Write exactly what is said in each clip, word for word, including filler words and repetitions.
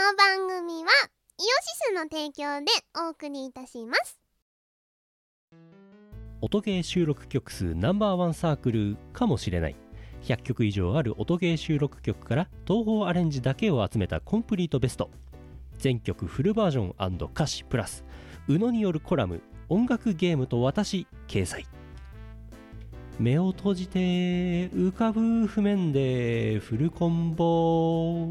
の番組はイオシスの提供でお送りいたします。 音ゲー収録曲数ナンバーワンサークルかもしれない。ひゃっきょく以上ある音ゲー収録曲から東宝アレンジだけを集めたコンプリートベスト。全曲フルバージョン&歌詞プラス宇野によるコラム、音楽ゲームと私掲載。目を閉じて浮かぶ譜面でフルコンボ。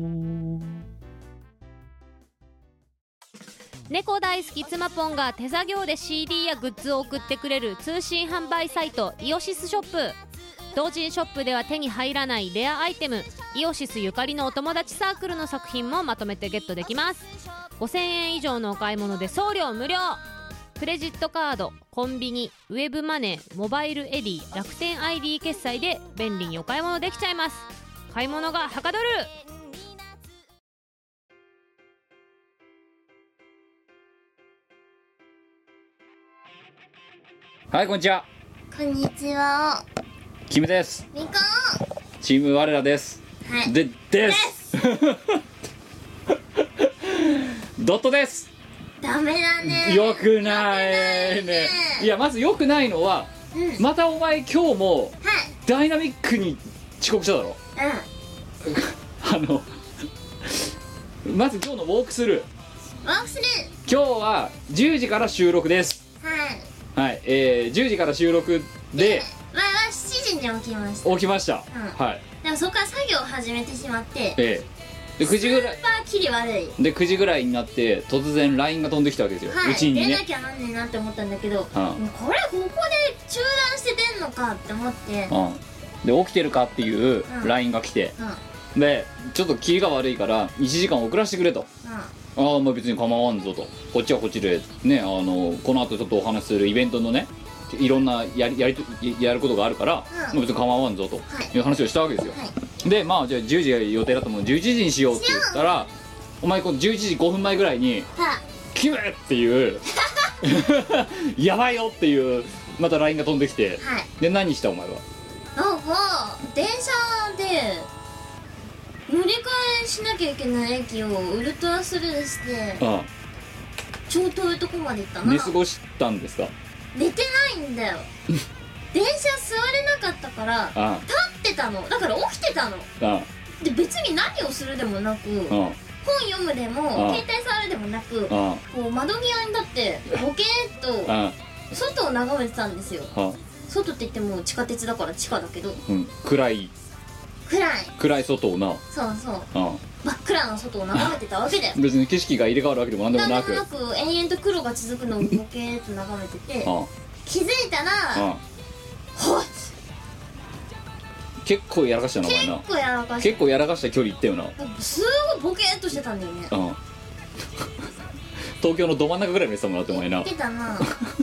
猫大好き妻ポンが手作業で シーディー やグッズを送ってくれる通信販売サイトイオシスショップ。同人ショップでは手に入らないレアアイテム、イオシスゆかりのお友達サークルの作品もまとめてゲットできます。ごせんえん以上のお買い物で送料無料。クレジットカード、コンビニ、ウェブマネー、モバイルエディ、楽天 アイディー 決済で便利にお買い物できちゃいます。買い物がはかどる。 はい、こんにちは。 こんにちは。 キムです。 みこチーム我らです。 はい。 でですドットです。 ダメだね。 よくないね。いや、まずよくないのは、うん、またお前今日も、はい、ダイナミックに遅刻しただろ。うん。あのまず今日のウォークスルー。 ウォークスルー。 今日はじゅうじから収録です。はい。はい、えー、じゅうじから収録で。 前はしちじに起きました。 起きました。うん、はい。 でもそこから作業を始めてしまって。 ええ。でくじぐらい。 スーパーキリ悪い。 でくじぐらいになって突然 ライン が飛んできたわけですよ。 はい、 うちにね。 出なきゃなんねえなって思ったんだけど、うん、これここで中断して出んのかって思って。うん。 で起きてるかっていう ライン が来て、うん、でちょっとキリが悪いからいちじかん遅らせてくれと。うん、ああ、まあ別に構わんぞと。こっちはこっちでね、あのこの後ちょっとお話しするイベントのね、いろんなやりやりやることがあるから、うん、まあ別に構わんぞという話をしたわけですよ。はい、でまあじゃあじゅうじが予定だったものをじゅういちじにしようって言ったら、お前このじゅういちじごふんまえぐらいに「キム!」っていうやばいよっていうまた ライン が飛んできて、はい、で何したお前は。 なんか電車で乗り換えしなきゃいけない駅をウルトラスルーして、ああ超遠いとこまで行ったな。 寝過ごしたんですか。 寝てないんだよ電車座れなかったからああ立ってたの。だから起きてたの。ああで別に何をするでもなく、ああ本読むでもああ携帯触るでもなく、ああこう窓際に立ってボケーっとああ外を眺めてたんですよ。ああ外って言っても地下鉄だから地下だけど、うん、 暗い暗い暗い外をな。 そうそう、ああ真っ暗な外を眺めてたわけだよ別に景色が入れ替わるわけでも何でもなく、 何でもなく延々と黒が続くのをボケーっと眺めててああ気づいたらああほっ結構やらかしたな。 結構やらかした結構やらかした距離いったよな。 すごいボケーっとしてたんだよね。ああ東京のど真ん中ぐらいの寝てたもんなってお前な。 言ってたな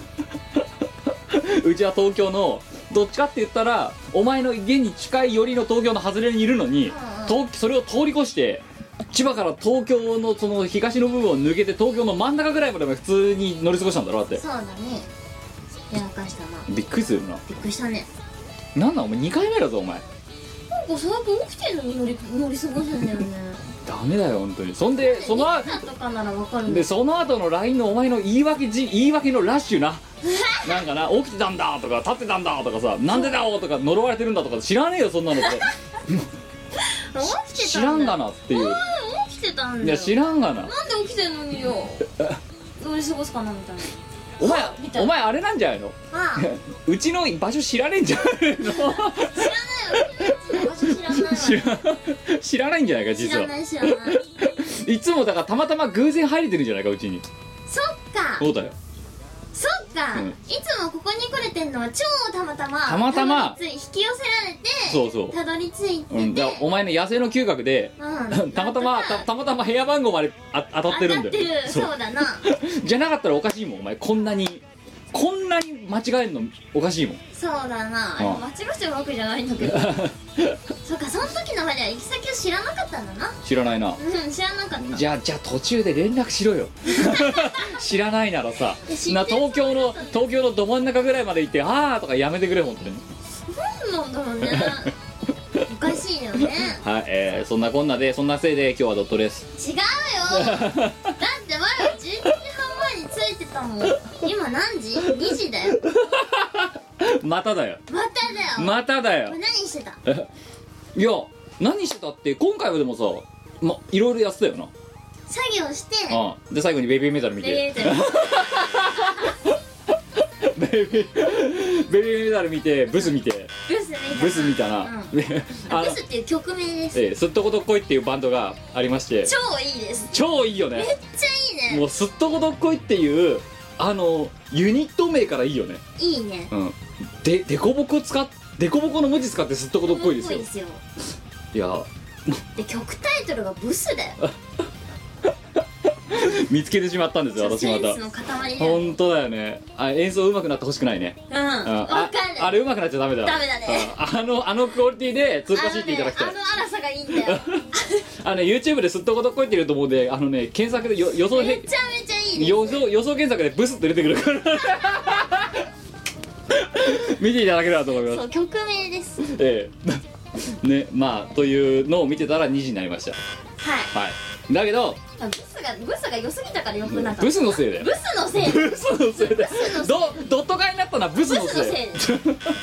うちは東京のどっちかって言ったらお前の家に近い寄りの東京の外れにいるのに、うんうん、それを通り越して千葉から東京のその東の部分を抜けて東京の真ん中ぐらいまで普通に乗り過ごしたんだろ。だってそうだね、やらかしたな。 びっくりするな。 びっくりしたね。 なんだお前にかいめだぞお前。 なんか最近起きてるのに乗り乗り過ごすんだよねダメだよ本当に。そんでその後とかならわかるんだ。 でその後の ライン のお前の言い訳じ言い訳のラッシュななんかな、起きてたんだとか立ってたんだとかさ、なんでだおとか呪われてるんだとか知らねえよそんなのって起きてたんだ。 知らんがなっていう。 起きてたんだよ。 いや知らんがな。 なんで起きてんのによ乗り過ごすかなみたいな。 お前お前あれなんじゃないの。ああうちの場所知らねえんじゃないの。知らないよ場所知らないわ知ら知らないんじゃないか実は。知らない知らないいつもだからたまたま偶然入れてるんじゃないかうちに。 そっかそうだよ。 そっか、うん、いつもここに来れてんのは超たまたまたまたま引き寄せられてそうそうたどり着いてて、 うん、だお前の野生の嗅覚で、うん、たまたま た, たまたま部屋番号まであ当たってるんだよ。 当たってる。そうだなじゃなかったらおかしいもんお前。こんなにこんなに間違えるのおかしいもん。 そうだな、あ間違えてるわけじゃないんだけどそっかその時のまでは行き先を知らなかったんだな。 知らないな。 うん知らなかった。 じゃあじゃあ途中で連絡しろよ知らないならさな東京の東京のど真ん中ぐらいまで行ってあーとかやめてくれ本当に。 なんなんだろうねおかしいよねはい、えー、そんなこんなでそんなせいで今日はドットです。 違うよだってまだじゅういちじはんまえについてたもん。今何時 ?に 時だよ。 まただよまただよ。 まただよ。 何してた？ いや何してたって今回はでもさ、ま、いろいろやってたよな。 作業して、 ああで最後にベイビーメタル見てベビーメタルベイビーベイビーメタル見てブス見てブス見たブス見たな、 うん、 であのブスっていう曲名です。 ええすっとこどっこいっていうバンドがありまして、 超いいです。 超いいよね。 めっちゃいいね。 もうすっとこどっこいっていうあのユニット名からいいよね。 いいね。 うんでデコボコ使っデコボコの文字使ってすっとこどっこいですよ。 ですよ。 いやで曲タイトルがブスだよ。 見つけてしまったんですよ私また。 センスの塊だよ。 本当だよね。あ演奏上手くなってほしくないね。 うん。わかる。 あれ上手くなっちゃダメだ。 ダメだね。 あのあのクオリティで通過していただきたい。 あの荒さがいいんだよ。 あのね YouTube ですっとこどっこいってると思うんで、あのね検索でよ予想めちゃめちゃいいです。 予想予想検索でブスって出てくるから見ていただければと思います。 そう曲名です。 ええねまあというのを見てたらにじになりました。 はいはい。だけどブスがブスが良すぎたから良くなかった。 ブスのせいだよ。 ブスのせい。 ブスのせいだよ。 ブスのせいドドット買いになったのはブスのせい。 ブスのせいです。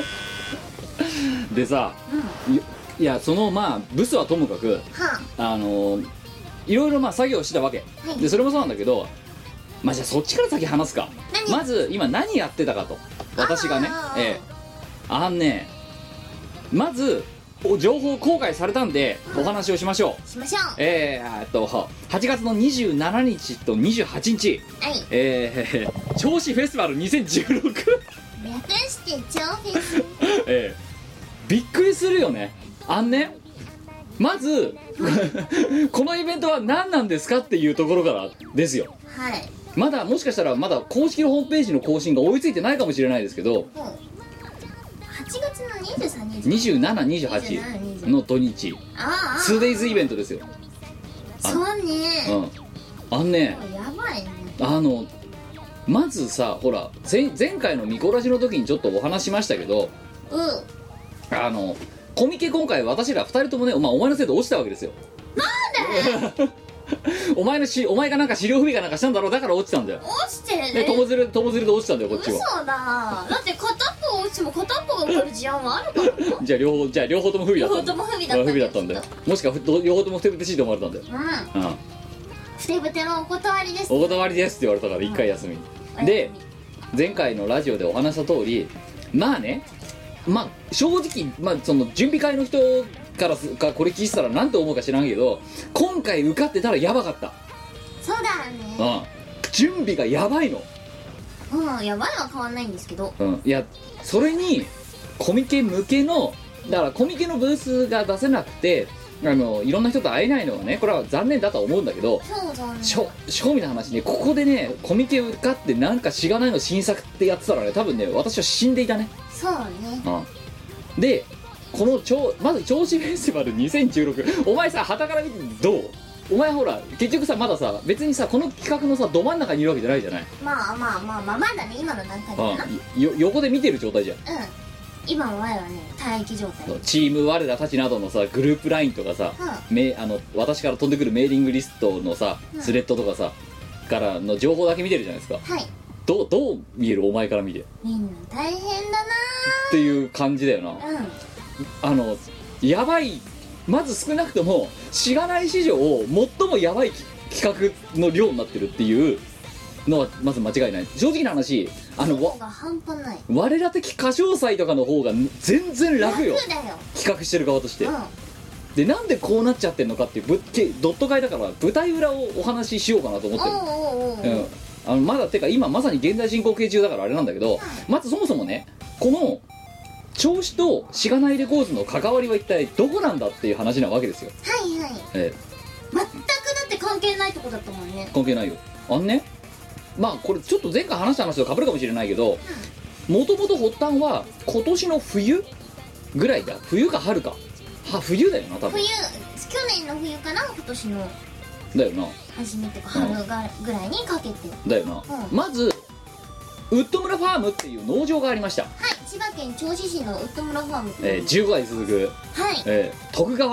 でさ、 うん、 いいやそのまあブスはともかく、 はあのいろいろまあ作業してたわけ、 はい、 でそれもそうなんだけど、まあじゃあそっちから先話すか。まず今何やってたかと、私がね、あ,、ええ、あんねまず情報公開されたんでお話をしましょう。 しましょう。 えー、っとはちがつのにじゅうしちにちとにじゅうはちにち、 はい、 えー、銚子フェスティバルにせんじゅうろく略して超フェスえー、びっくりするよね。あんねまずこのイベントは何なんですかっていうところからですよ。 はい。 まだもしかしたらまだ公式のホームページの更新が追いついてないかもしれないですけど、 はちがつのにじゅうさんにちにじゅうなな、にじゅうはちの土日 ツーデイズイベントですよ。 そうね、 うん、あんねやばいね。 あのまずさほら前前回のミコラジの時にちょっとお話しましたけど、 うん、 あのコミケ今回私らふたりともね、まあ、お前のせいで落ちたわけですよ。 なんでお前のしお前がなんか資料不備かなんかしたんだろう、だから落ちたんだよ。 落ちてるね。 で友連れ友連れで落ちたんだよこっちは。 嘘だ。だって片っぽ落ちても片っぽが受かる事案はあるからな。 じゃあ両方じゃあ両方とも不備だったんだよ。 両方とも不備だったんだよ。 不備だったんだよ。もしくはふ両方ともふてぶてしいと思われたんだよ。 うん、 うん、 ふてぶてのお断りです、 お断りですって言われたから一回休み、うん、で前回のラジオでお話した通り、まあねまあ正直、まあ、その準備会の人からかこれ聞いてたら何と思うか知らんけど、今回受かってたらやばかった。 そうだね、 うん、準備がやばいの。 うんやばいは変わんないんですけど、 うん、いやそれにコミケ向けのだからコミケのブースが出せなくてあのいろんな人と会えないのはねこれは残念だとは思うんだけど、 そうだね、 しょ正味の話ね、ここでねコミケ受かってなんかしがないの新作ってやってたらね多分ね私は死んでいたね。 そうね、 うん、でこのちょまず銚子フェスティバルにせんじゅうろくお前さ旗から見てどう？お前ほら結局さまださ別にさこの企画のさど真ん中にいるわけじゃないじゃない。 まあまあまあまあまだね今の段階だな、 うん、よ横で見てる状態じゃん。 うん今お前はね待機状態。 チーム我らたちなどのさグループラインとかさ、うん、めあの私から飛んでくるメーリングリストのさ、うん、スレッドとかさからの情報だけ見てるじゃないですか。 はいどうどう見えるお前から見て。 みんな大変だなっていう感じだよな。 うんあのやばいまず少なくともしがない史上最もやばい企画の量になってるっていうのはまず間違いない。正直な話あのが半端ない。 我ら的歌唱祭とかの方が全然楽よ楽だよ企画してる側として、 うん、 でなんでこうなっちゃってんのかっていうぶっけドット会だから舞台裏をお話ししようかなと思ってる。 おうおうおう、 うん、あのまだてか今まさに現在進行形中だからあれなんだけど、まずそもそもねこの銚子としがないレコーズの関わりは一体どこなんだっていう話なわけですよ。 はいはい、 ええ、 全くだって関係ないとこだったもんね。 関係ないよ。あんねまあこれちょっと前回話した話と被るかもしれないけどもともと発端は今年の冬ぐらいだ。冬か春かは冬だよな多分。 冬去年の冬から今年のだよな初めてか春がぐらいにかけてだよな、うん、まずウッド村ファームっていう農場がありました。はい千葉県銚子市のウッド村ファーム、 えー、じゅうごだい続く、 はいえー、徳川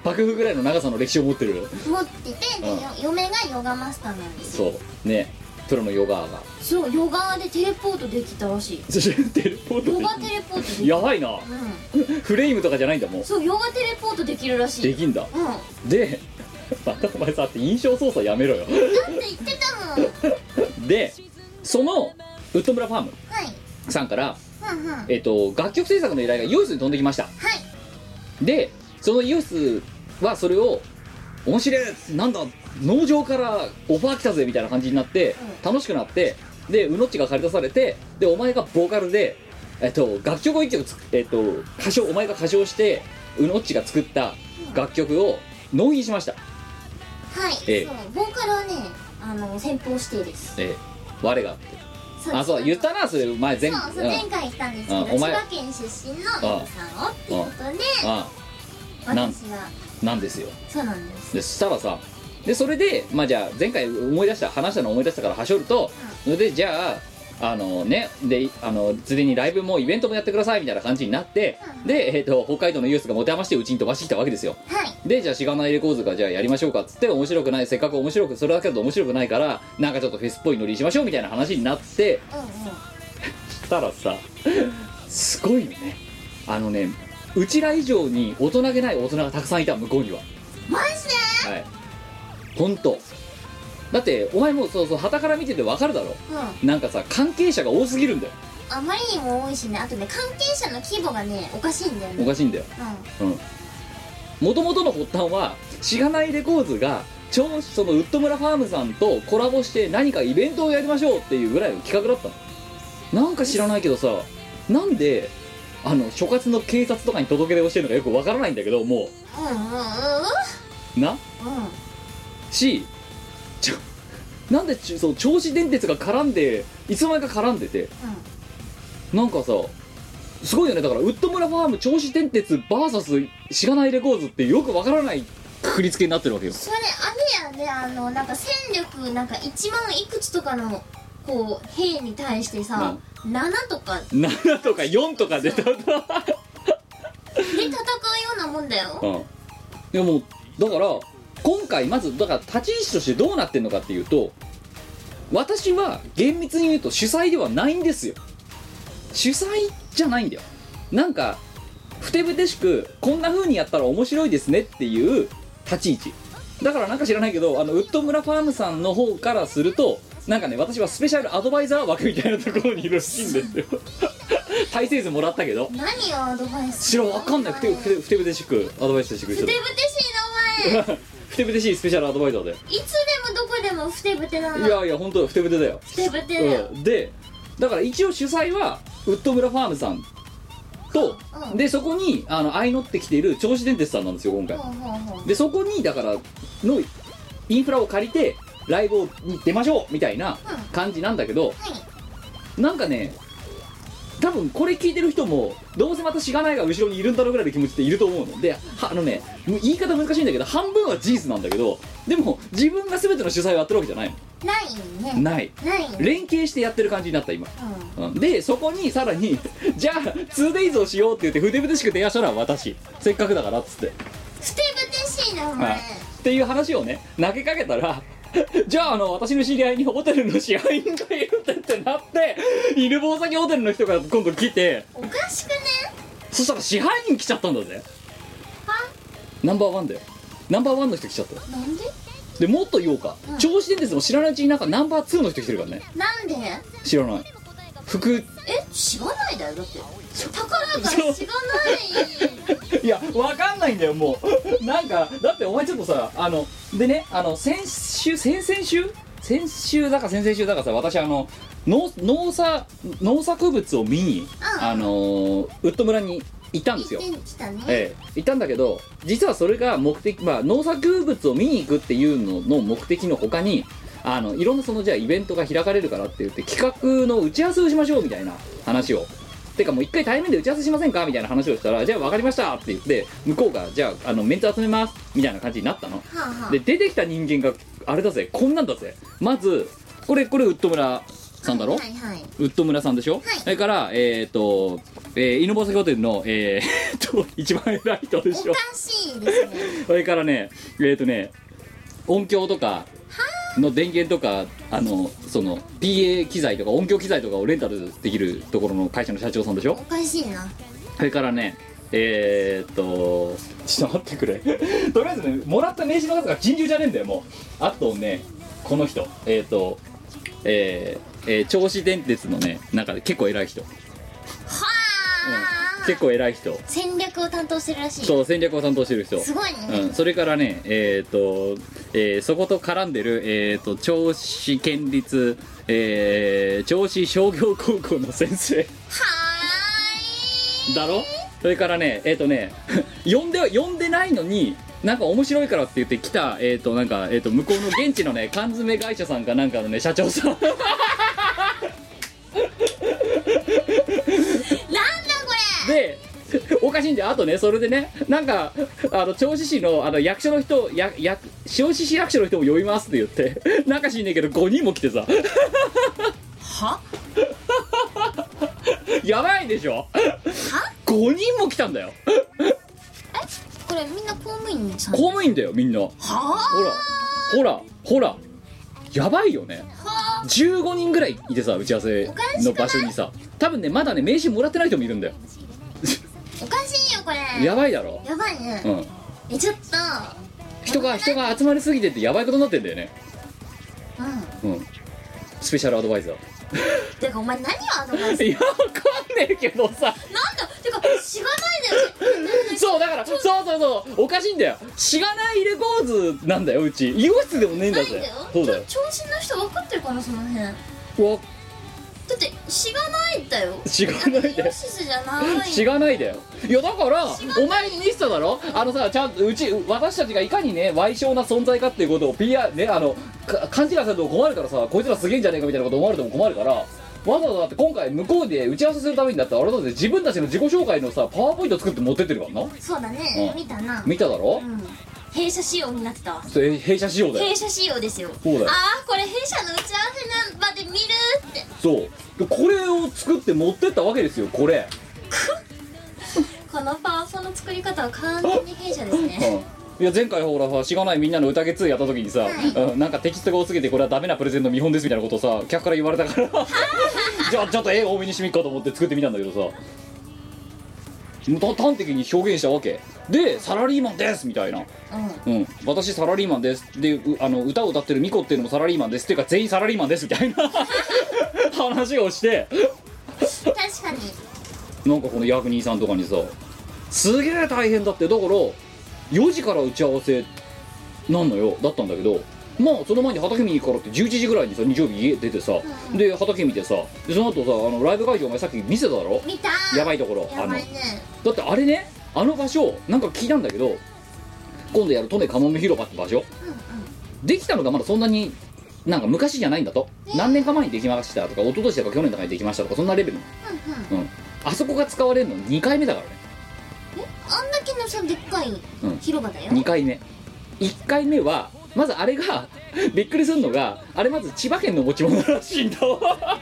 幕府ぐらいの長さの歴史を持ってる持ってて、で、うん、嫁がヨガマスターなんですよ。 そうね、プロのヨガーが。 そうヨガでテレポートできたらしい。 テレポートヨガテレポートできる。 やばいな、うん、フレームとかじゃないんだもん。 そうヨガテレポートできるらしい。 できんだ、うん、でまたお前さって印象操作やめろよ。だって言ってたもん。 でそのウッド村ファームさんから、はい、うんうん、えっと楽曲制作の依頼がイオシスに飛んできました。はい。でそのイオシスはそれを面白い、なんだ農場からオファー来たぜみたいな感じになって、うん、楽しくなって、でうのっちが借り出されて、でお前がボーカルで、えっと、楽曲を一曲つ、えっと、歌唱お前が歌唱してうのっちが作った楽曲を納品しました。 はい、ええ、そうボーカルはね、あの先方指定です。 ええ、我がって。あ、そう言ったな、それ前前そうそう、前回言ったんですけど、千葉県出身のゆうさんをっていうことで、ああ私はなんですよ。 そうなんです。 でそしたらさ、でそれでまあじゃあ前回思い出した話したの思い出したからはしょると、うん、それでじゃああのね、であのついでにライブもイベントもやってくださいみたいな感じになって、うん、で、えー、と北海道のユースが持て余してうちに飛ばしてきたわけですよ。はい、でじゃあしがないレコーズがじゃあやりましょうかっつって、面白くない、せっかく面白くそれだけだと面白くないからなんかちょっとフェスっぽいノリしましょうみたいな話になって、うんうん、したらさすごいよね。あのね、うちら以上に大人げない大人がたくさんいた、向こうには。 マジで？ はい、ほんとだってお前もそうそう旗から見てて分かるだろ、うん、なんかさ関係者が多すぎるんだよ。 あまりにも多いしね、あとね関係者の規模がねおかしいんだよね。 おかしいんだよ。うんもともとの発端はしがないレコーズが超そのウッド村ファームさんとコラボして何かイベントをやりましょうっていうぐらいの企画だったの。なんか知らないけどさ、なんであの所轄の警察とかに届け出をしてるのかよく分からないんだけど、もう、うんうんうん、な、うん、しちょなんでちそう銚子電鉄が絡んでいつの間にか絡んでて、うん、なんかさすごいよね。だからウッド村ファーム銚子電鉄 ブイエス しがないレコーズってよくわからないくくりつけになってるわけよ。 それあれやね、あのなんか戦力なんかいちまんいくつとかのこう兵に対してさ、うん、ななとかななとかよんとかで戦うで戦うようなもんだよ。 うん、でもだから今回まずだから立ち位置としてどうなってんのかっていうと、私は厳密に言うと主催ではないんですよ。主催じゃないんだよ。なんかふてぶてしくこんな風にやったら面白いですねっていう立ち位置だから、なんか知らないけどあのウッド村ファームさんの方からするとなんかね、私はスペシャルアドバイザー枠みたいなところにいるらしいんですよ大成図もらったけど何をアドバイス知らわかんない。ふてふてぶてしくアドバイスしてくれてふてぶてしいなお前ふてぶてしいスペシャルアドバイザーで、 いつでもどこでもふてぶてなの。 いやいや本当ふてぶてだよ。 ふてぶてだよ、 うん、でだから一応主催はウッド村ファームさんと、うん、でそこにあの相乗ってきている銚子電鉄さんなんですよ今回、うんうん、でそこにだからのインフラを借りてライブに出ましょうみたいな感じなんだけど、うんはい、なんかね多分これ聞いてる人もどうせまたしがないが後ろにいるんだろうぐらいの気持ちっていると思うので、あのね言い方難しいんだけど半分は事実なんだけど、でも自分が全ての主催をやってるわけじゃないの。 ないね。 ないないね。 連携してやってる感じになった今、うんうん、でそこにさらにじゃあ ツーデイズ をしようって言ってふてぶてしく提案したのは私、せっかくだからっつってふてぶてしいなお前、はい、 っていう話をね投げかけたらじゃああの私の知り合いにホテルの支配人がいるってってなって、犬吠埼ホテルの人が今度来て、 おかしくね。 そしたら支配人来ちゃったんだぜ。 はナンバーワンだよ。ナンバーワンの人来ちゃった。 なんででもっと言おうか、うん、銚子電鉄も知らないうちになんかナンバーツーの人来てるからね。 なんで知らない。服え知らないだよ。だって宝が知らないいやわかんないんだよもうなんかだってお前ちょっとさあのでねあの先週先々週先週だか先々週だかさ、私あの 農, 農, 作農作物を見に、うん、あのウッド村に行ったんですよ。 行ってきたね。 ええ、行ったんだけど実はそれが目的、まあ、農作物を見に行くっていうのの目的の他にあのいろんなそのじゃあイベントが開かれるからって言って企画の打ち合わせをしましょうみたいな話を、てかもう一回対面で打ち合わせしませんかみたいな話をしたら、じゃあ分かりましたって言って向こうがじゃあ、あのメンツ集めますみたいな感じになったの、はあはあ、で出てきた人間があれだぜ、こんなんだぜ。まずこれこれウッド村さんだろ、はいはいはい、ウッド村さんでしょ、はい、それからえっ、ー、とえー、犬吠ホテルのえー、っと一番偉い人でしょ。 おかしいですね。 それからねえー、っとね音響とかの電源とかあのその ピーエー 機材とか音響機材とかをレンタルできるところの会社の社長さんでしょ。 おかしいな。 それからねえー、っとちょっと待ってくれとりあえずねもらった名刺の数が尋常じゃねえんだよもう。あとねこの人えー、っとえー、えー、銚子電鉄のねなんか結構偉い人、はあ、うん、結構偉い人、 戦略を担当してるらしい。 そう戦略を担当してる人すごいね、 うん、それからねえー、っと、えー、そこと絡んでるえー、っと銚子県立、えー、銚子商業高校の先生はーいだろ。それからねえー、っとね呼んで呼んでないのになんか面白いからって言って来たえー、っとなんかえー、っと向こうの現地のね缶詰会社さんかなんかのね社長さんなんだこれでおかしいんで、あとねそれでねなんかあの銚子市のあの役所の人やや銚子市役所の人も呼びますって言ってなんか知んねえけどごにんも来てさはやばいでしょ。はごにんも来たんだよ。 えこれみんな公務員さん？ 公務員だよみんな。はほらほらほらやばいよね。じゅうごにんぐらいいてさ打ち合わせの場所にさ多分ねまだね名刺もらってない人もいるんだよ。 おかしいよこれ。 やばいだろ。 やばいね。 うん。 えちょっと人が人が集まりすぎてってやばいことになってんだよね。うんうんスペシャルアドバイザーてかお前何をアドバイス？ いやわかんねえけどさなんだてかしがないだよそうだからそうそうそうおかしいんだよ。しがないレコーズなんだようち医療室でもねえんだぜ。そうだよ。 調子の人分かってるかなその辺。わだってしがないんだよ。 しがないだよ。 イオシスじゃない。 しがないだよ。いやだからお前に見せただろあのさちゃんとうち私たちがいかにね賠償な存在かっていうことを ピーアール ねあの勘違いされても困るからさこいつらすげえんじゃねえかみたいなこと思われても困るからわざわざだって今回向こうで打ち合わせするためにだったらあれだって自分たちの自己紹介のさパワーポイント作って持ってってるからな。 そうだね、うん、見たな見ただろ、うん、 弊社仕様になってたわ。 弊社仕様だよ。 弊社仕様ですよ。 そうだよ。 ああこれ弊社の打ち合わせの場で見るってそうこれを作って持ってったわけですよこれこのパワポの作り方は完全に弊社ですね、 うん、いや前回ほらさしがないみんなの宴ツーやった時にさ、はいうん、なんかテキストが多すぎてこれはダメなプレゼンの見本ですみたいなことをさ客から言われたからじゃあちょっと絵多めにしみっかと思って作ってみたんだけどさ端的に表現したわけでサラリーマンですみたいな、うんうん、私サラリーマンですであの歌を歌ってるミコっていうのもサラリーマンですっていうか全員サラリーマンですみたいな話をして確かになんかこの役人さんとかにさすげえ大変だってだからよじから打ち合わせなんのよだったんだけどまあその前に畑見に行くからってじゅういちじぐらいにさ日曜日家出てさ、うん、で畑見てさでその後さあのライブ会場お前さっき見せただろ。 見たやばいところやばい、ね、 あのだってあれねあの場所なんか聞いたんだけど今度やる利根かもめ広場って場所、うんうん、できたのがまだそんなになんか昔じゃないんだと、ね、何年か前にできましたとか一昨年とか去年とかにできましたとかそんなレベルの、うんうんうん、あそこが使われるのにかいめだからね。 えあんだけのさでっかい広場だよ、うん、 にかいめいっかいめはまずあれがびっくりするのがあれまず千葉県の持ち物らしいんだわ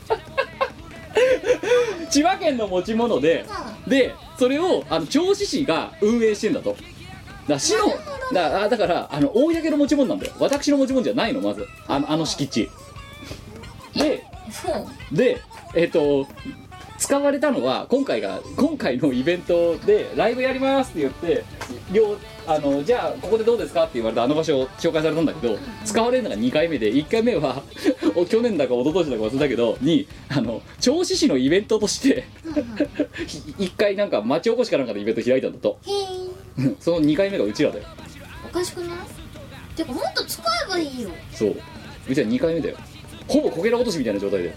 千葉県の持ち物で、うん、でそれをあの銚子市が運営してんだとだ市のだだからあの公の持ち物なんだよ私の持ち物じゃないのまずあのあの敷地ででえっ、ー、と使われたのは今回が今回のイベントでライブやりますって言って両あのじゃあここでどうですかって言われたあの場所を紹介されたんだけど使われるのがにかいめでいっかいめは去年だか一昨年だか忘れたけどにあの銚子市のイベントとしていっかいなんか町おこしかなんかでイベント開いたんだとそのにかいめがうちらだよ。 おかしくない？てかもっと使えばいいよ。 そううちらにかいめだよ。ほぼこけら落としみたいな状態で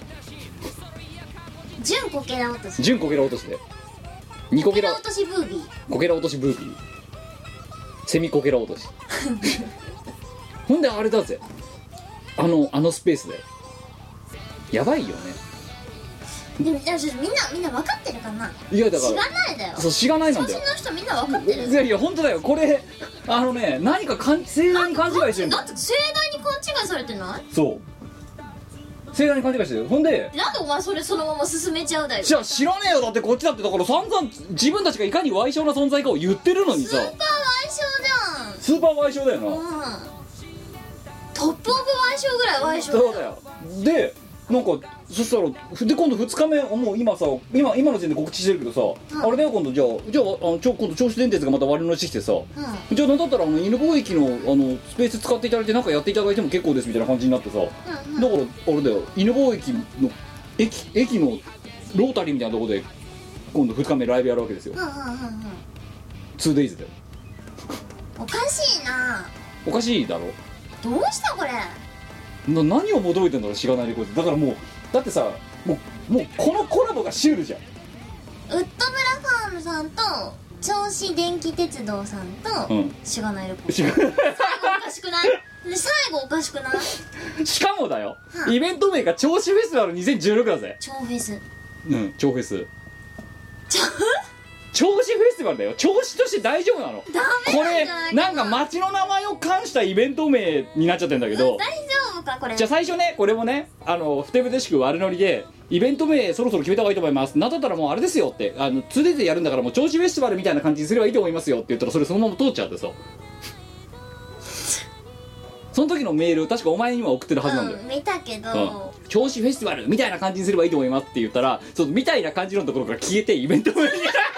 純こけら落とし純こけら落としでにこけら落としブービーこけら落としブービーセミこけら落としほんであれだぜあのあのスペースだよやばいよね。 でもみんなみんな分かってるかな。 いやだからしがないだよ。 そうしがないなんだよ。 調子の人みんな分かってる。 いやいや本当だよこれあのね何かかん盛大に勘違いしてるんだだって盛大に勘違いされてない？ そう盛大に勘違いしてる。ほんでなんでお前それそのまま進めちゃうだよ。 じゃあ知らねえよ。だってこっちだってだから散々自分たちがいかに賠償な存在かを言ってるのにさ。 スーパー賠償じゃん。 スーパー賠償だよな、 うん、トップオブ賠償ぐらい賠償だよ。 そうだよ。でなんかそしたらで今度ふつかめもう今さ今今の時点で告知してるけどさ、うん、あれだよ今度じゃあじゃああのちょ今度銚子電鉄がまた割り乗りしてきてさ、うん、じゃあなんだったらあの犬貿易のあのスペース使っていただいてなんかやっていただいても結構ですみたいな感じになってさ、うんうん、だからあれだよ犬貿易の駅駅のロータリーみたいなところで今度ふつかめライブやるわけですよ。うんうんうんうん、ツーデイズだよ。 おかしいな。 おかしいだろ。 どうしたこれ。 な何を求めてんだろうしがないレコード。だからもうだってさもうもうこのコラボがシュールじゃん。 ウッドブラファームさんと銚子電気鉄道さんと、うん、しがないレコード。最後おかしくない？で最後おかしくない？ しかもだよ、はあ、イベント名が銚子フェスティバルにせんじゅうろくだぜ。 超フェス。 うん超フェス。銚子フェスティバルだよ。銚子として大丈夫なの？ ダメなんじゃないかな。 これなんか街の名前を冠したイベント名になっちゃってんだけど、 大丈夫かこれ。 じゃあ最初ねこれもねあのふてぶてしく悪ノリでイベント名そろそろ決めた方がいいと思います。なんだったらもうあれですよってあの ツーデイズ でやるんだからもう銚子フェスティバルみたいな感じにすればいいと思いますよって言ったらそれそのまま通っちゃってさその時のメール確かお前には送ってるはずなんだよ、 うん、見たけど、うん、 銚子フェスティバルみたいな感じにすればいいと思いますって言ったらそのみたいな感じのところから消えてイベント名に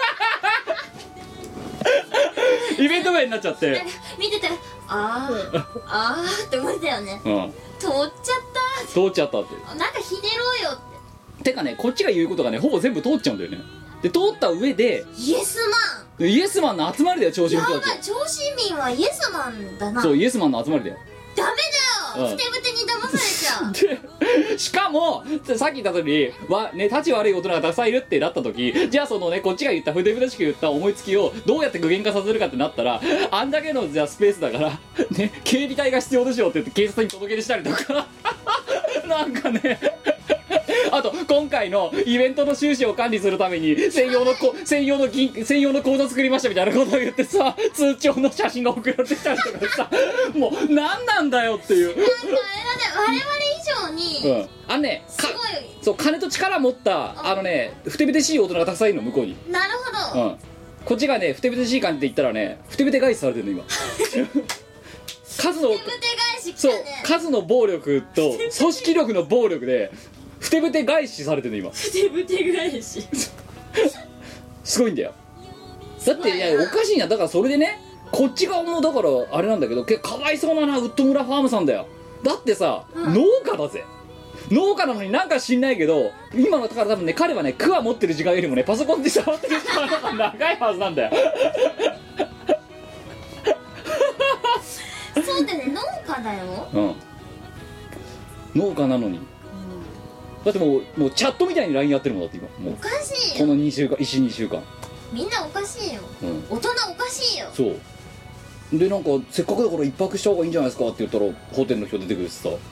イベント名になっちゃって見ててあーあーって思ったよね、うん、通っちゃった通っちゃったってなんかひねろうよっててかねこっちが言うことがねほぼ全部通っちゃうんだよね。で通った上でイエスマンイエスマンの集まりだよ銚子の人たち。 やばい銚子民はイエスマンだな。 そうイエスマンの集まりだよ。 ダメだよ、うん、ふてぶてに騙されちゃうでしかもさっき言った通りわ、ね、立ち悪い大人がたくさんいるってなった時じゃあそのねこっちが言ったふてぶてしく言った思いつきをどうやって具現化させるかってなったらあんだけのじゃあスペースだからね警備隊が必要でしょって言って警察に届け出したりとかなんかねあと今回のイベントの収支を管理するために専用のこ専用の銀専用の口座作りましたみたいなことを言ってさ通帳の写真が送られてきたりとかさもう何なんだよっていう。なんかあれだ我々以上に、 うん、あのねすごいそう金と力持ったあのねふてぶてしい大人がたくさんいるの向こうに。 なるほど、 うん、こっちがねふてぶてしい感じで言ったらねふてぶて返しされてるの今数のふてぶて返し来たそうね。 数の暴力と組織力の暴力でふてぶて返しされてるの今。 ふてぶて返しすごいんだよ。だっていやおかしいな。だからそれでねこっち側もだからあれなんだけどかわいそうななウッド村ファームさんだよ。だってさ、うん、農家だぜ。農家なのになんか知んないけど今のだから多分ね彼はねクワ持ってる時間よりもねパソコンで触ってる時間の方が長いはずなんだよそうだね農家だよ。 うん農家なのに、うん、だってもうもうチャットみたいに ライン やってるもんだって今もうおかしいよこのにしゅうかん いちにしゅうかんみんなおかしいよ、うん、大人おかしいよ。 そうでなんかせっかくだから一泊した方がいいんじゃないですかって言ったらホテルの人出てくるしさ、うん、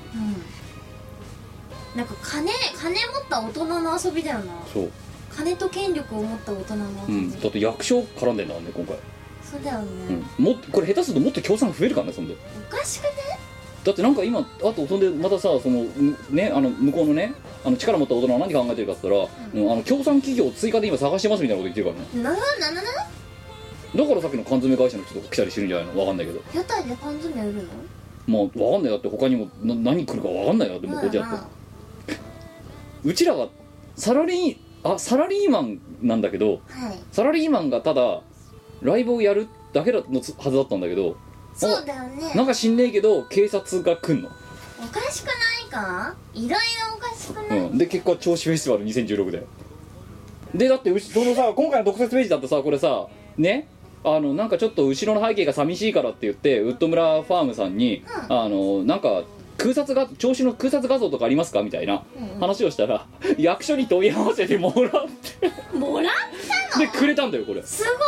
なんか金金持った大人の遊びだよな。 そう金と権力を持った大人の遊び、うん、 だって役所絡んでんだからね今回。 そうだよね、 うん、もこれ下手するともっと協賛増えるからねそんで。 おかしくね。 だってなんか今あとそんでまたさそのねあの向こうのねあの力持った大人は何考えてるかって言ったら、うん、あの協賛企業を追加で今探してますみたいなこと言ってるからね。 ななななだからさっきの缶詰会社の人とか来たりしてるんじゃないの。わかんないけど屋台で缶詰売るの。 まあわかんない。だって他にもな何来るかわかんないよ。でもこっちやってうちらがサラリーあサラリーマンなんだけど、はい、サラリーマンがただライブをやるだけのはずだったんだけど。 そうだよね。 なんか知んねえけど警察が来んの。 おかしくないか。いろいろおかしくない、 うん、で結果銚子フェスティバルにせんじゅうろくででだってうしそのさ今回の特設ページだってさこれさねあのなんかちょっと後ろの背景が寂しいからって言ってウッド村ファームさんに、うん、あのなんか空撮が銚子の空撮画像とかありますかみたいな話をしたら、うんうん、役所に問い合わせてもらってもらったのでくれたんだよこれ。 すごーい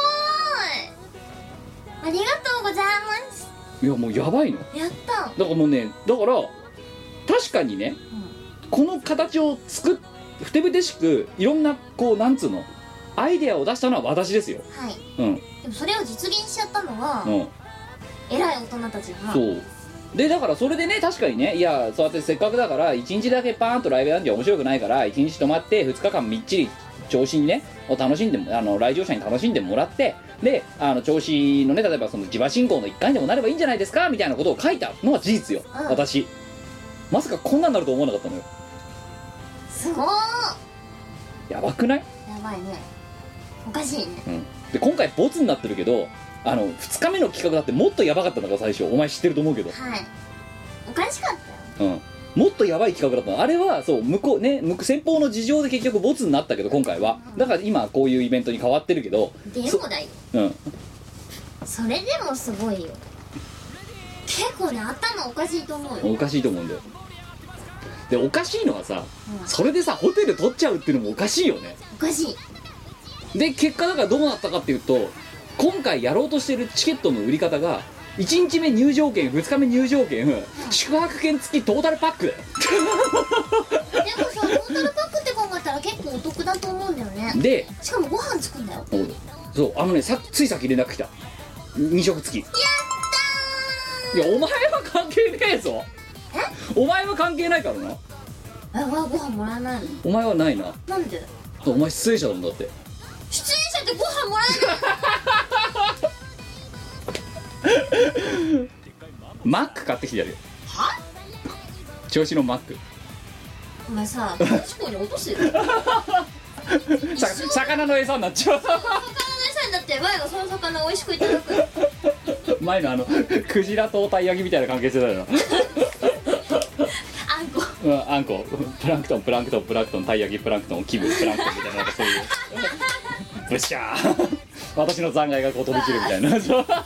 ありがとうございます。 いやもうやばいのやった。 だからもうねだから確かにね、うん、この形を作っふてぶてしくいろんなこうなんつうのアイデアを出したのは私ですよ。 はい、 うん、 でもそれを実現しちゃったのは、うん、偉い大人たちが。 そうでだからそれでね、確かにね、いやそうやってせっかくだからいちにちだけパーンとライブやるんじゃ面白くないから、いちにち泊まってふつかかんみっちり調子にねを楽しんでも、あの来場者に楽しんでもらって、であの調子のね、例えばその地場進行の一環にでもなればいいんじゃないですかみたいなことを書いたのは事実よ、うん、私まさかこんなになると思わなかったのよ。 すごー、 やばくない？ やばいね、おかしいね、 うん、で今回ボツになってるけど、あのふつかめの企画だってもっとやばかったんだから最初、お前知ってると思うけど、 はい、おかしかったよ、 うん、もっとやばい企画だったの。あれはそう向こうね、向先方の事情で結局ボツになったけど今回は、だから今こういうイベントに変わってるけど、 でもだよ、うん、それでもすごいよ。結構ね頭おかしいと思うよ。 おかしいと思うんだよ。でおかしいのはさ、うん、それでさホテル取っちゃうっていうのもおかしいよね。 おかしい。で結果だからどうなったかっていうと、今回やろうとしてるチケットの売り方がいちにちめ入場券、ふつかめ入場券、うん、宿泊券付きトータルパックだよ。 でもさ、トータルパックって考えたら結構お得だと思うんだよね。 でしかもご飯つくんだよ。 そう、あのね、さついさっき連絡来た、に食付き。やったー。いやお前は関係ねえぞ。え？お前は関係ないからな。 え、お前ご飯もらえないの？ お前はないな。 なんで？ お前出演者なんだって。 出演者ってご飯もらえないマック買ってきてやるよ。 は？ 調子のマック。 お前さ、確かに落とすよ。 さ魚の餌になっちゃう。 魚の餌になって前がその魚美味しくいただく。 前のあのクジラとたい焼きみたいな関係性だよな。 あんこ、 うん、あんこ、プランクトンプランクトンプランクトンたい焼きプランクトンキムプランクトンみたいな、なんかそういうブッシャー私の残骸がこう飛び散るみたいな。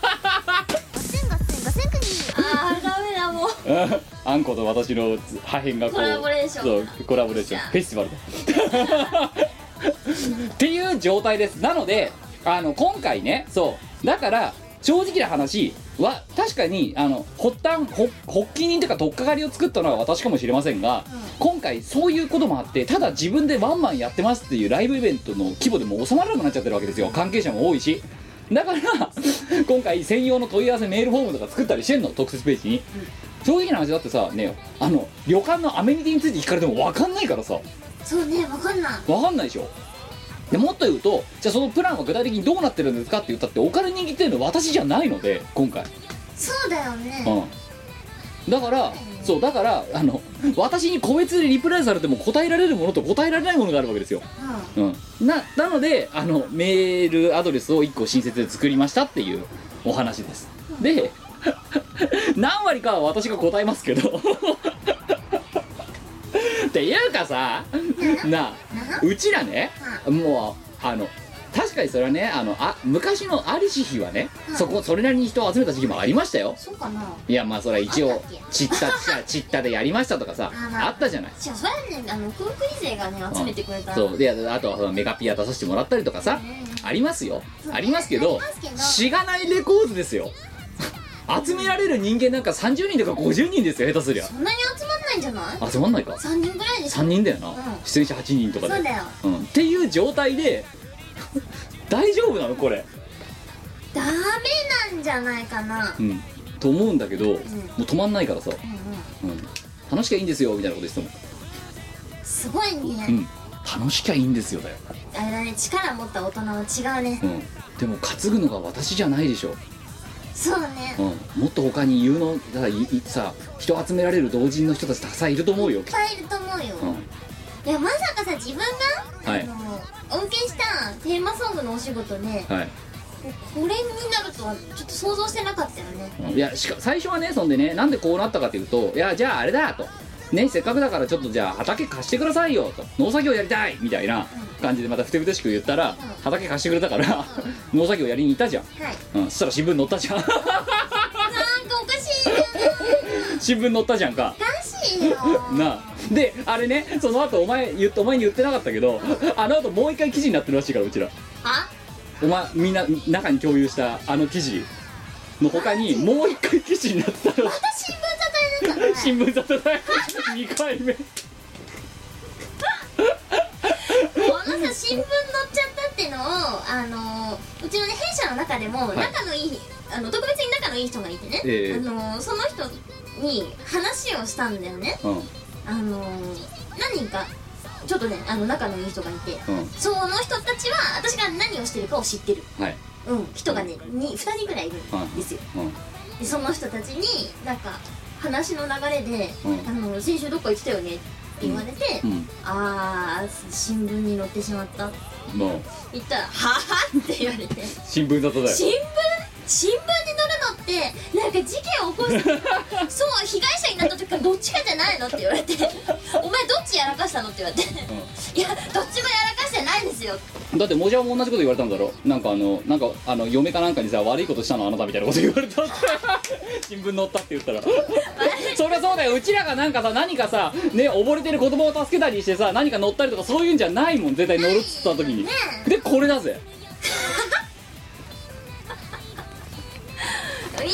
あーダメだもう。 あんこと私の破片がこうコラボレーション、 そうコラボレーションフェスティバルだっていう状態です。なのであの今回ね、そうだから正直な話は確かにあの発端発起人というか取っかかりを作ったのは私かもしれませんが、うん、今回そういうこともあって、ただ自分でワンマンやってますっていうライブイベントの規模でもう収まらなくなっちゃってるわけですよ。関係者も多いし、だから今回専用の問い合わせメールフォームとか作ったりしてんの、特設ページに、うん、正直な話だってさね、あの旅館のアメニティについて聞かれても分かんないからさ。 そうね、分かんない分かんないでしょ。でもっと言うと、じゃあそのプランは具体的にどうなってるんですかって言ったって、お金握ってるのは私じゃないので今回。 そうだよね、 うん、だからそうだからあの私に個別でリプライされても答えられるものと答えられないものがあるわけですよ、うんうん、な, なのであのメールアドレスをいっこ新設で作りましたっていうお話です、うん、で何割かは私が答えますけどっていうかさなうちらね、もうあの確かにそれはね、あのあ昔のありし日はね、うん、そこそれなりに人を集めた時期もありましたよ。 そうかな。 いやまあそれは一応チッタチッタでやりましたとかさ あ,、まあ、あったじゃない。 じゃあそれはね、あの空クリ勢がね集めてくれた、 うん、そうで、あとはメガピア出させてもらったりとかさ、ありますよ、ありますけど、しがないレコーズですよ集められる人間なんかさんじゅうにんとかごじゅうにんですよ、下手すりゃ。 そんなに集まんないんじゃない？ 集まんないか。 さんにんぐらいでしょ。 さんにんだよな、うん、出演者はちにんとかで。 そうだよ、 うん、っていう状態で大丈夫なのこれ？ ダメなんじゃないかな、 うん、と思うんだけど、うん、もう止まんないからさ、うんうんうん、楽しきゃいいんですよみたいなこと言ってたもん。 すごいね、 うん、楽しきゃいいんですよだよ。 あれだね、力持った大人は違うね、 うん、でも担ぐのが私じゃないでしょ。 そうね、 うん、もっと他に有能だからいいさ、人集められる同人の人たちたくさんいると思うよ。いっぱいいると思うよ、うん、いやまさかさ自分が、はい、あの音源したテーマソングのお仕事で、はい、これになるとはちょっと想像してなかったよね、 うん、いやしか最初はね、そんでね、なんでこうなったかというと、いやじゃああれだとね、せっかくだからちょっとじゃあ畑貸してくださいよと、農作業やりたいみたいな感じでまたふてぶてしく言ったら、うん、畑貸してくれたから農作業やりに行ったじゃん、はい、うん、そしたら新聞載ったじゃんなんかおかしいよ新聞載ったじゃんか。 おかしいよなあ、であれね、その後お前言ってお前に言ってなかったけどあの後もう一回記事になってるらしいから、うちら。 あ、 お前みんな中に共有したあの記事の他にもう一回記事になってたらしい。 また新聞沙汰になったの？ 新聞沙汰だよにかいめこのさ新聞載っちゃったっていうのを、あのうちのね弊社の中でも仲のいい、はい、あの特別に仲のいい人がいてね、えー、あのその人に話をしたんだよね、 うん、 あのー、何人かちょっとねあの仲のいい人がいて、うん、その人たちは私が何をしてるかを知ってる、はい、うん、人がね、うん、にふたりぐらいいるんですよ、うん、でその人たちになんか話の流れで、うん、あの先週どっか行ってたよねって言われて、うん、あー新聞に載ってしまったって言ったらははって言われて新聞だとだよ新聞新聞に載るのってなんか事件を起こすそう被害者になった時からどっちかじゃないのって言われてお前どっちやらかしたのって言われて、うん、いやどっちもやらかしてないですよ。 だってもじゃも同じこと言われたんだろ。なんかあのなんかあの嫁かなんかにさ悪いことしたのあなたみたいなこと言われたって新聞載ったって言ったらそりゃそうだよ。うちらがなんかさ何かさね溺れてる子供を助けたりしてさ何か乗ったりとかそういうんじゃないもん絶対乗るっつった時に、ね、でこれだぜいや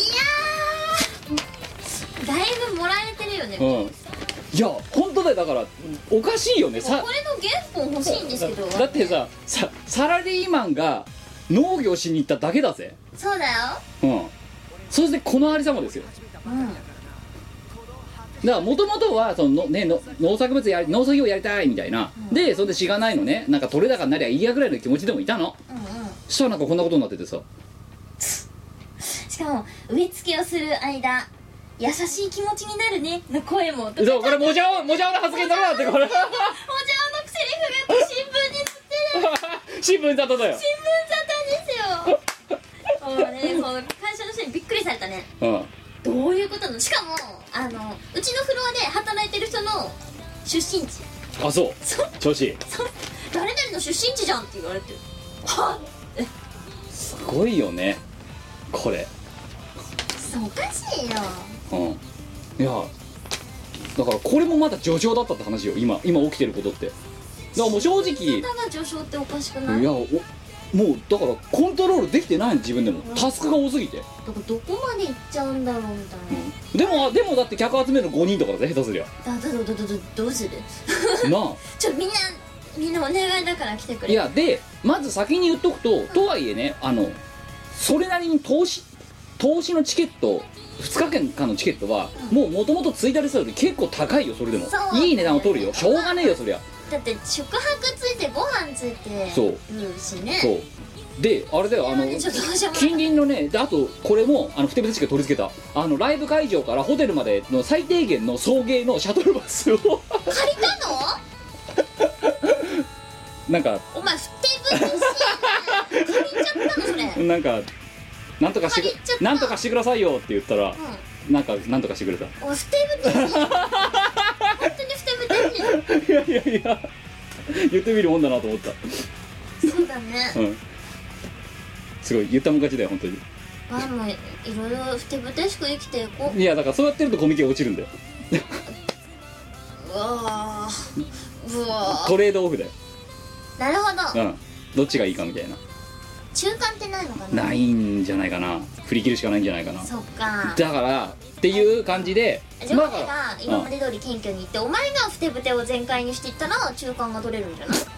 ーだいぶもらえてるよね、 うん、いや本当だよ。だからおかしいよね。 さこれの原本欲しいんですけどだ, だってささサラリーマンが農業しに行っただけだぜ。 そうだよ。 うんそしてこのありさまですよ。うんだからもともとはその、ね、の農作物やり農作業やりたいみたいな、うん、でそれでしがないのねなんか取れ高になりゃいいやぐらいの気持ちでもいたの、うんうん、そしたらなんかこんなことになっててさしかも植え付けをする間優しい気持ちになるねの声もそうこれもじゃおもじゃおの発言だなってこれもじゃおのセリフが新聞に載ってる新聞沙汰だよ。 新聞沙汰ですよもうねこう会社の人にびっくりされたね、うん、どういうことなの。しかもあのうちのフロアで働いてる人の出身地あそう調子いい誰々の出身地じゃんって言われてはっすごいよねこれ。 そうおかしいよ。 うんいやだからこれもまだ序章だったって話よ。今今起きてることってだからもう正直ただ序章っておかしくない。 いやおもうだからコントロールできてないの自分でもタスクが多すぎてだからどこまで行っちゃうんだろうみたいな、 うん、でもでもだって客集めるのごにんとかだぜ下手すりゃだだだだだどうするなあちょみんなみんなお願いだから来てくれ。 いやでまず先に言っとくと、うん、とはいえねあのそれなりに投資投資のチケットふつかかんのチケットは、うん、もうもともとついたりするより結構高いよ。それでもいい値段を取るよ。しょうがねえよそりゃ。 だって宿泊ついてご飯ついてそうるしね。 そうであれだよあの近隣のねであとこれもあのふてぶてしく取り付けたあのライブ会場からホテルまでの最低限の送迎のシャトルバスを借りたのなんかお前ふてぶてしい借りちゃったのそれなんかなんとかしてくなんとかしてくださいよって言ったら、うん、なんかなんとかしてくれた。 おふてぶてしい本当にふてぶてしい。いやいやいや言ってみるもんだなと思った。 そうだね、うん、 すごい言ったもん勝ちだよ本当に。 あもういろいろふてぶてしく生きていこう。 いやだからそうやってるとコミケ落ちるんだようわーうわートレードオフだよ。 なるほど、 うん、どっちがいいかみたいな中間ってないのかな。 ないんじゃないかな。振り切るしかないんじゃないかな。 そっかだからっていう感じでジョーが今まで通り謙虚に言って、うん、お前がふてぶてを全開にしていったら中間が取れるんじゃない。いや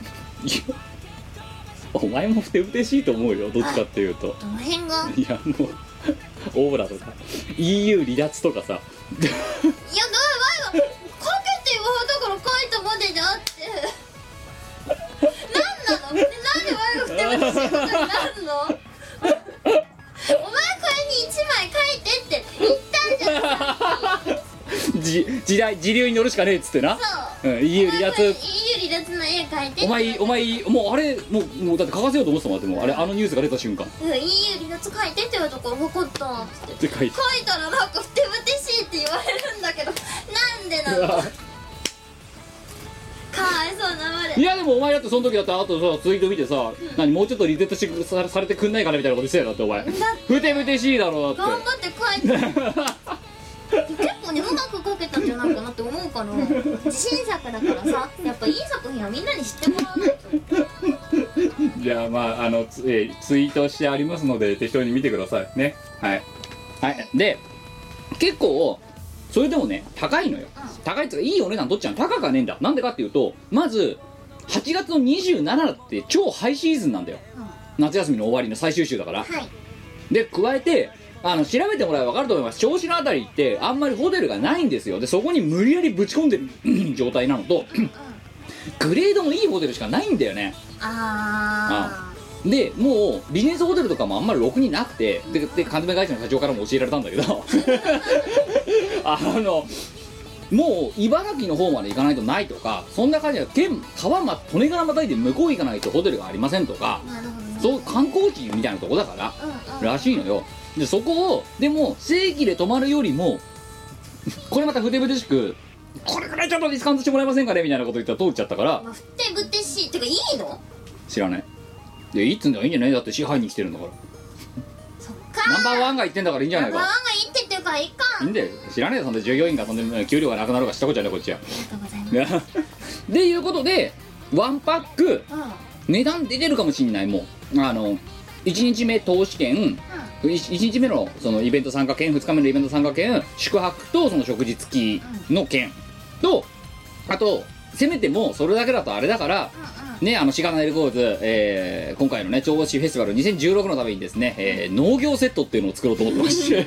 お前もふてぶてしいと思うよどっちかっていうと。 どの辺が。 いやもうオーラとか イーユー 離脱とかさいや前が書けって言われたから書いたまでであって何なのなんで前がふてぶてしいことになるのお前これにいちまい書いてって言ったんじゃんじ時代時流に乗るしかねえっつってな。そう、うん、イーユー 離脱 イーユー 離脱の絵描いてお前お前もうあれもうもうだって書かせようと思ってたもん。でもあれあのニュースが出た瞬間、 うん、イーユー 離脱書いてって言われたから分かったっつって書いたらなんかふてぶてしいって言われるんだけどなんでなのかわいそうなまで。 いやでもお前だってその時だってあとさツイート見てさ、うん、何もうちょっとリセットしてさ、されてくんないかなみたいなことしてたよだってお前ふてぶてしいだろうだって頑張って書いて結構ねうまく書けたんじゃないかなって思うから自信作だからさやっぱいい作品はみんなに知ってもらわないと。 じゃあまああのツ、えー、ツイートしてありますので適当に見てくださいね。はいはいで結構それでもね高いのよ、うん、高いっていうかいいお値段取っちゃうの。高かねえんだ。なんでかっていうとまずはちがつのにじゅうしちだって超ハイシーズンなんだよ、うん、夏休みの終わりの最終週だから、はい、で加えてあの調べてもらえば分かると思います。銚子のあたりってあんまりホテルがないんですよ。でそこに無理やりぶち込んでる状態なのとグレードのいいホテルしかないんだよね。 ああでもうビジネスホテルとかもあんまりろくになくて、でで缶詰会社の社長からも教えられたんだけどあのもう茨城の方まで行かないとないとか、そんな感じで県川ま利根川またいで向こう行かないとホテルがありませんとか、 なるほどね、 そう観光地みたいなとこだから、 うんうん、 らしいのよ。でそこをでも正規で泊まるよりもこれまたふてぶてしくこれくらいちょっとディスカウントしてもらえませんかねみたいなこと言ったら通っちゃったから、 まあ、ふてぶてしいってかいいの知らない。でいいっつんだらいいんじゃない？だって支配に来てるんだから。 そっかナンバーワンが言ってんだからいいんじゃないか。 ナンバーワンがいいって言ってるからいいか。 いいんだよ、知らねえよそんな従業員がそんで給料がなくなるかしたことじゃねえこっちは。 ありがとうございます。 でいうことでワンパックうん値段出てるかもしんない。もうあのいちにちめ投資券、いちにちめのそのイベント参加券、ふつかめのイベント参加券、宿泊とその食事付きの券と、あとせめてもそれだけだとあれだからね、あのしがないレコーズ、えー、今回のね銚子フェスティバルにせんじゅうろくのためにですね、えー、農業セットっていうのを作ろうと思ってまして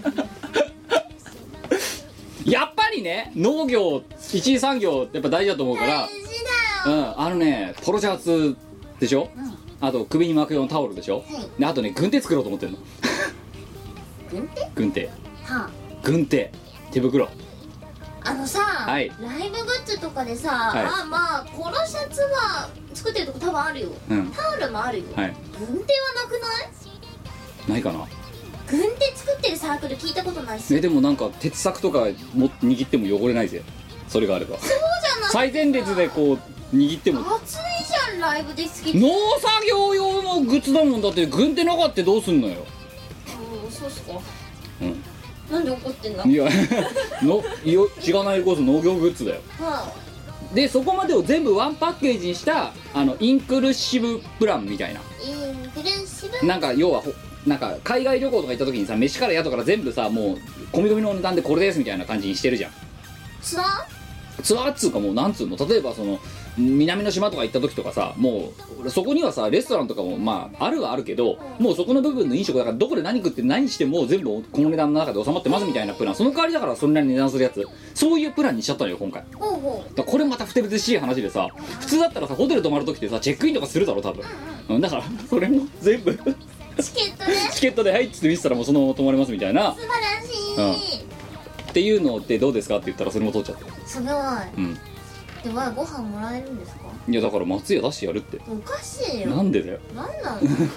やっぱりね農業一次産業やっぱ大事だと思うから、 大事だよ、 うん、あのねポロシャツでしょ、 うん、 あと首に巻く用のタオルでしょ、 はい、 であとね軍手作ろうと思ってんの軍手軍手はあ、 軍手手袋。 あのさ、 はい、 ライブグッズとかでさ、 はい、 あまあポロシャツは作ってるとこ多分あるよ、 うん、 タオルもあるよ、 はい、 軍手はなくないないかな。 軍手作ってるサークル聞いたことないっすよ、 ね、でもなんか鉄柵とかも握っても汚れないぜそれがあれば。 そうじゃない最前列でこう握っても暑いじゃんライブで好き。 農作業用のグッズだもん。だって軍手なかってどうすんのよ。 あそうっすか。 うんなんで怒ってんの。 いやのいよしがないこそ農業グッズだよ。 はあ、でそこまでを全部ワンパッケージにしたあのインクルーシブプランみたいな、 インクルーシブなんか要はほなんか海外旅行とか行った時にさ飯から宿から全部さもう込み込みの値段でこれですみたいな感じにしてるじゃん。 ツアーツアーっつうかもうなんつうの、例えばその南の島とか行った時とかさ、もうそこにはさレストランとかもまああるはあるけど、もうそこの部分の飲食だからどこで何食って何しても全部この値段の中で収まってますみたいなプラン、その代わりだからそんなに値段するやつ、そういうプランにしちゃったのよ今回。 ほうほだからこれまたふてぶてしい話でさ、普通だったらさホテル泊まる時ってさチェックインとかするだろ多分、うん、だからそれも全部チケットねチケットではいっつって見せたらもうそのまま泊まれますみたいな、 素晴らしい、 うんっていうのってどうですかって言ったらそれも取っちゃって。 すごい。 うんではご飯もらえるんですか。 いやだから松屋出してやるって。 おかしいよ。 なんでだよ。 なんなの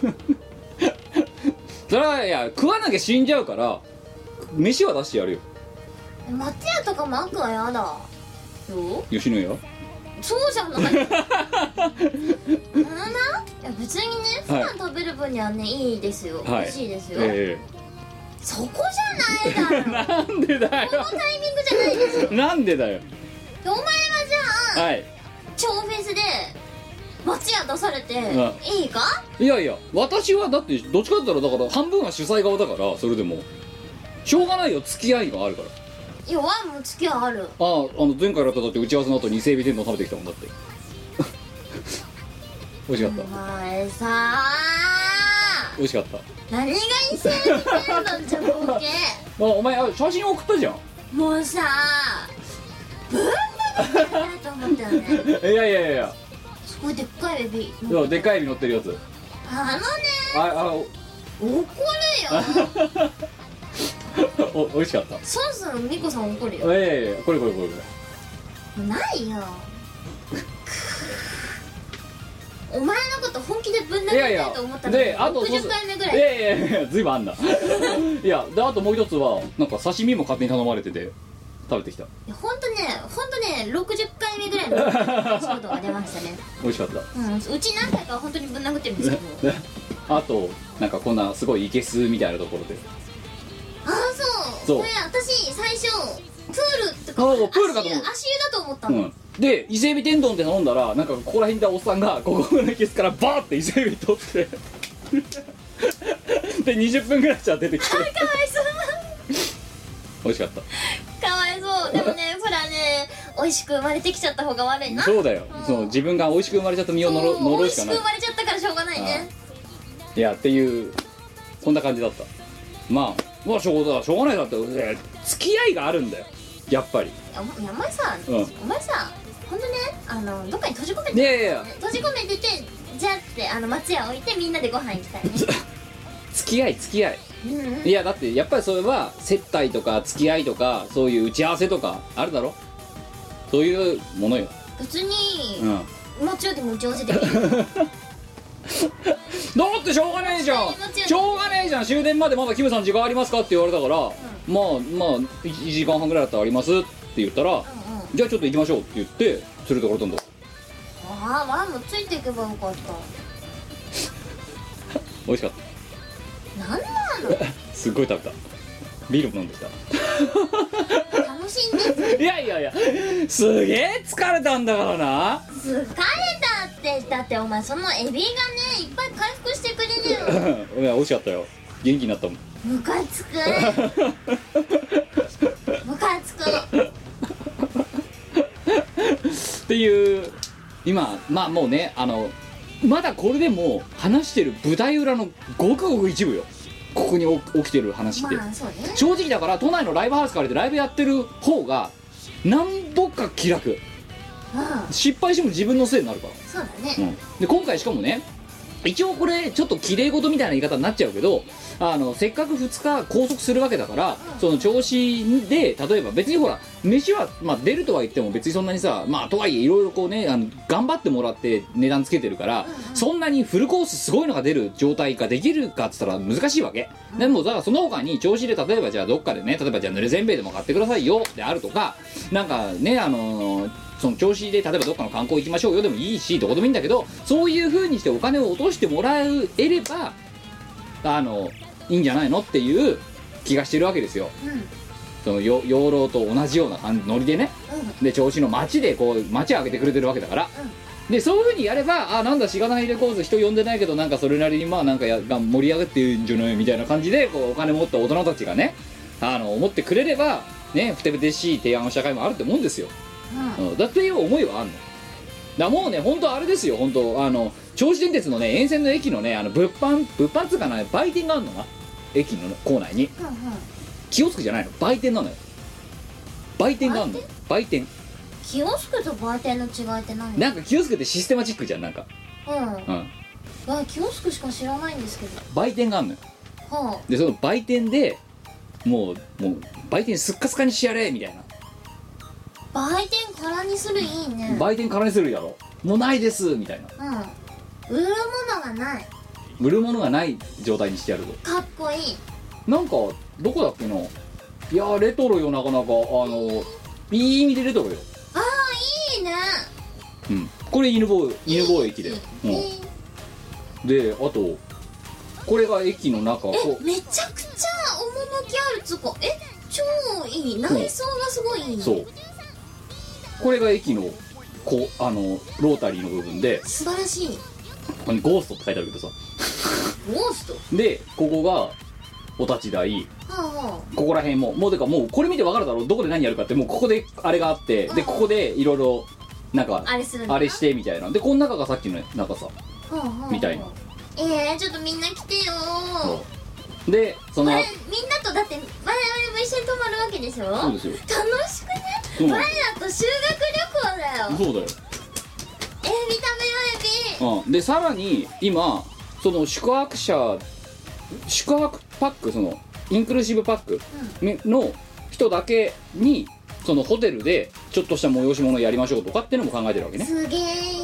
それはいや食わなきゃ死んじゃうから飯は出してやるよ。 松屋とかマックはやだよ。 吉野家そうじゃないなんだいや別にね普段食べる分にはね、いいですよ、 はい、 美味しいですよ、 えそこじゃないだろなんでだよこのタイミングじゃないですよなんでだよ。 お前はじゃあ、 はい、 超フェスで松屋出されていいか。 いやいや私はだってどっちかって言ったらだから半分は主催側だから、それでもしょうがないよ、付き合いがあるから。 弱いもん付き合いある。 ああ、あの前回だったらだって打ち合わせの後に伊勢海老天丼食べてきたもんだって美味しかった。 お前さ美味しかった。 何が伊勢海老天丼じゃボケあお前あ写真送ったじゃん。 もうさブンブンってやないと思ったよねいやいやいやいや、 すごいでっかいエビ、 そうでっかいエビ乗ってるやつ。 あのねああ怒るよお美味しかった。 そろそろミコさん怒るよ。 いやいやいやこれこれこれこれないよお前のこと本気でぶん殴りたいと思ったのにであとろくじゅっかいめぐらい。 いやいやいやずいぶんあんだいやであともう一つはなんか刺身も勝手に頼まれてて食べてきた。いやほんとねほんとねろくじゅっかいめぐらいの仕事が出ましたね美味しかった、 うん、うち何回か本当にぶん殴ってるんですけどあとなんかこんなすごいいけすみたいなところで、 ああそうそうこれ私最初プールとかそうプールかと思う足湯足湯だと思ったの、 うん、で伊勢海老天丼って頼んだらなんかここら辺にいたおっさんがここのいけすからバーって伊勢海老取ってでにじゅっぷんぐらいじゃ出てきてかわいそう美味しかったかわいそう。でもねそれはね美味しく生まれてきちゃった方が悪いな。 そうだよ、 うん、 そう自分が美味しく生まれちゃった身を呪そううしかない。 美味しく生まれちゃったからしょうがないね。 いやっていうこんな感じだった。まあまあしょうがしょうがないだって、えー付き合いがあるんだよやっぱり。 おお前さ、 うんお前さほんとね、あのどっかに閉じ込めて、 いやいやいや閉じ込めてて、じゃあってあの松屋置いてみんなでご飯行きたいね。 付き合い付き合いうんうん、 いやだってやっぱりそれは接待とか付き合いとかそういう打ち合わせとかあるだろ、そういうものよ。 別に、 うん、 松屋でも打ち合わせできる。 だってしょうがねえじゃんしょうがねえじゃん終電までまだキムさん時間ありますかって言われたから、うん、まあまあいちじかんはんぐらいだったらありますって言ったら、うんうん、じゃあちょっと行きましょうって言って連れてこれたんだ。 ああ、わあもうついていけばよかった。 美味しかった。 なんなのすっごい食べた。ビールも飲んできた。楽しんで。 いやいやいやすげえ疲れたんだからな。 疲れたってだってお前そのエビがねいっぱい回復してくれるよ。 いや美味しかったよ。元気になったもん。 ムカつくムカつくっていう今まあもうねあのまだこれでも話してる舞台裏のごくごく一部よここに起きてる話って、 まあそうね、 正直だから都内のライブハウスからでライブやってる方が何度か気楽、うん、失敗しても自分のせいになるから。 そうだね、 うん、で今回しかもね一応これちょっと綺麗事みたいな言い方になっちゃうけどあのせっかくふつか拘束するわけだから、うん、その調子で例えば別にほら飯は、まあ、出るとは言っても別にそんなにさまあとはいえいろいろこうねあの頑張ってもらって値段つけてるから、うんうん、そんなにフルコースすごいのが出る状態ができるかっつったら難しいわけ、うん、でもだからその他に調子で例えばじゃあどっかでね例えばじゃあ濡れせんべいでも買ってくださいよであるとかなんかねあのーその調子で例えばどっかの観光行きましょうよでもいいしどこでもいいんだけどそういう風にしてお金を落としてもらえればあのいいんじゃないのっていう気がしてるわけですよ、うん、その養老と同じような感じノリでね、うん、で調子の街でこう街を上げてくれてるわけだから、うん、でそういう風にやればあなんだしがないレコーズ人呼んでないけどなんかそれなりにまあなんかやが盛り上がってるんじゃないみたいな感じでこうお金持った大人たちがねあの思ってくれればねふてぶてしい提案の社会もあると思うんですよ、うん、だっていう思いはあんのだもうね本当あれですよ本当あの銚子電鉄のね沿線の駅のねあの物販物販つうかな売店があるのな駅の構内に、うんうん、キオスクじゃないの売店なのよ売店があるの売店キオスクと売店の違いって何？ なんかキオスクってシステマチックじゃんなんかうんうんわキオスクしか知らないんですけど売店があるのよ、はあ、でその売店でもうもう売店すっかすかにしやれみたいな売店空にするいいね売店空にするやろもうないですみたいなうん売るものがない売るものがない状態にしてやるとかっこいいなんかどこだっけないやレトロよなかなかあのいい意味でレトロよああいいねうんこれ犬坊犬坊駅で、うん、であとこれが駅の中えめちゃくちゃ趣あるつこえ超いい内装がすごいいい、うん、 そうこれが駅のこあのロータリーの部分で素晴らしいここにゴーストって書いてあるけどさゴーストでここがお立ち台、はあはあ、ここら辺ももうてかもうこれ見て分かるだろうどこで何やるかってもうここであれがあって、はあ、でここでいろいろなんかあれするんだあれしてみたいなでこの中がさっきの中さ、はあはあ、みたいなえー、ちょっとみんな来てよーでそのみんなとだって我々も一緒に泊まるわけでしょそうですよ楽しくね我らと修学旅行だよそうだよエビ食べよエビ、うん、でさらに今その宿泊者宿泊パックそのインクルーシブパックの人だけにそのホテルでちょっとした催し物をやりましょうとかっていうのも考えてるわけねすげー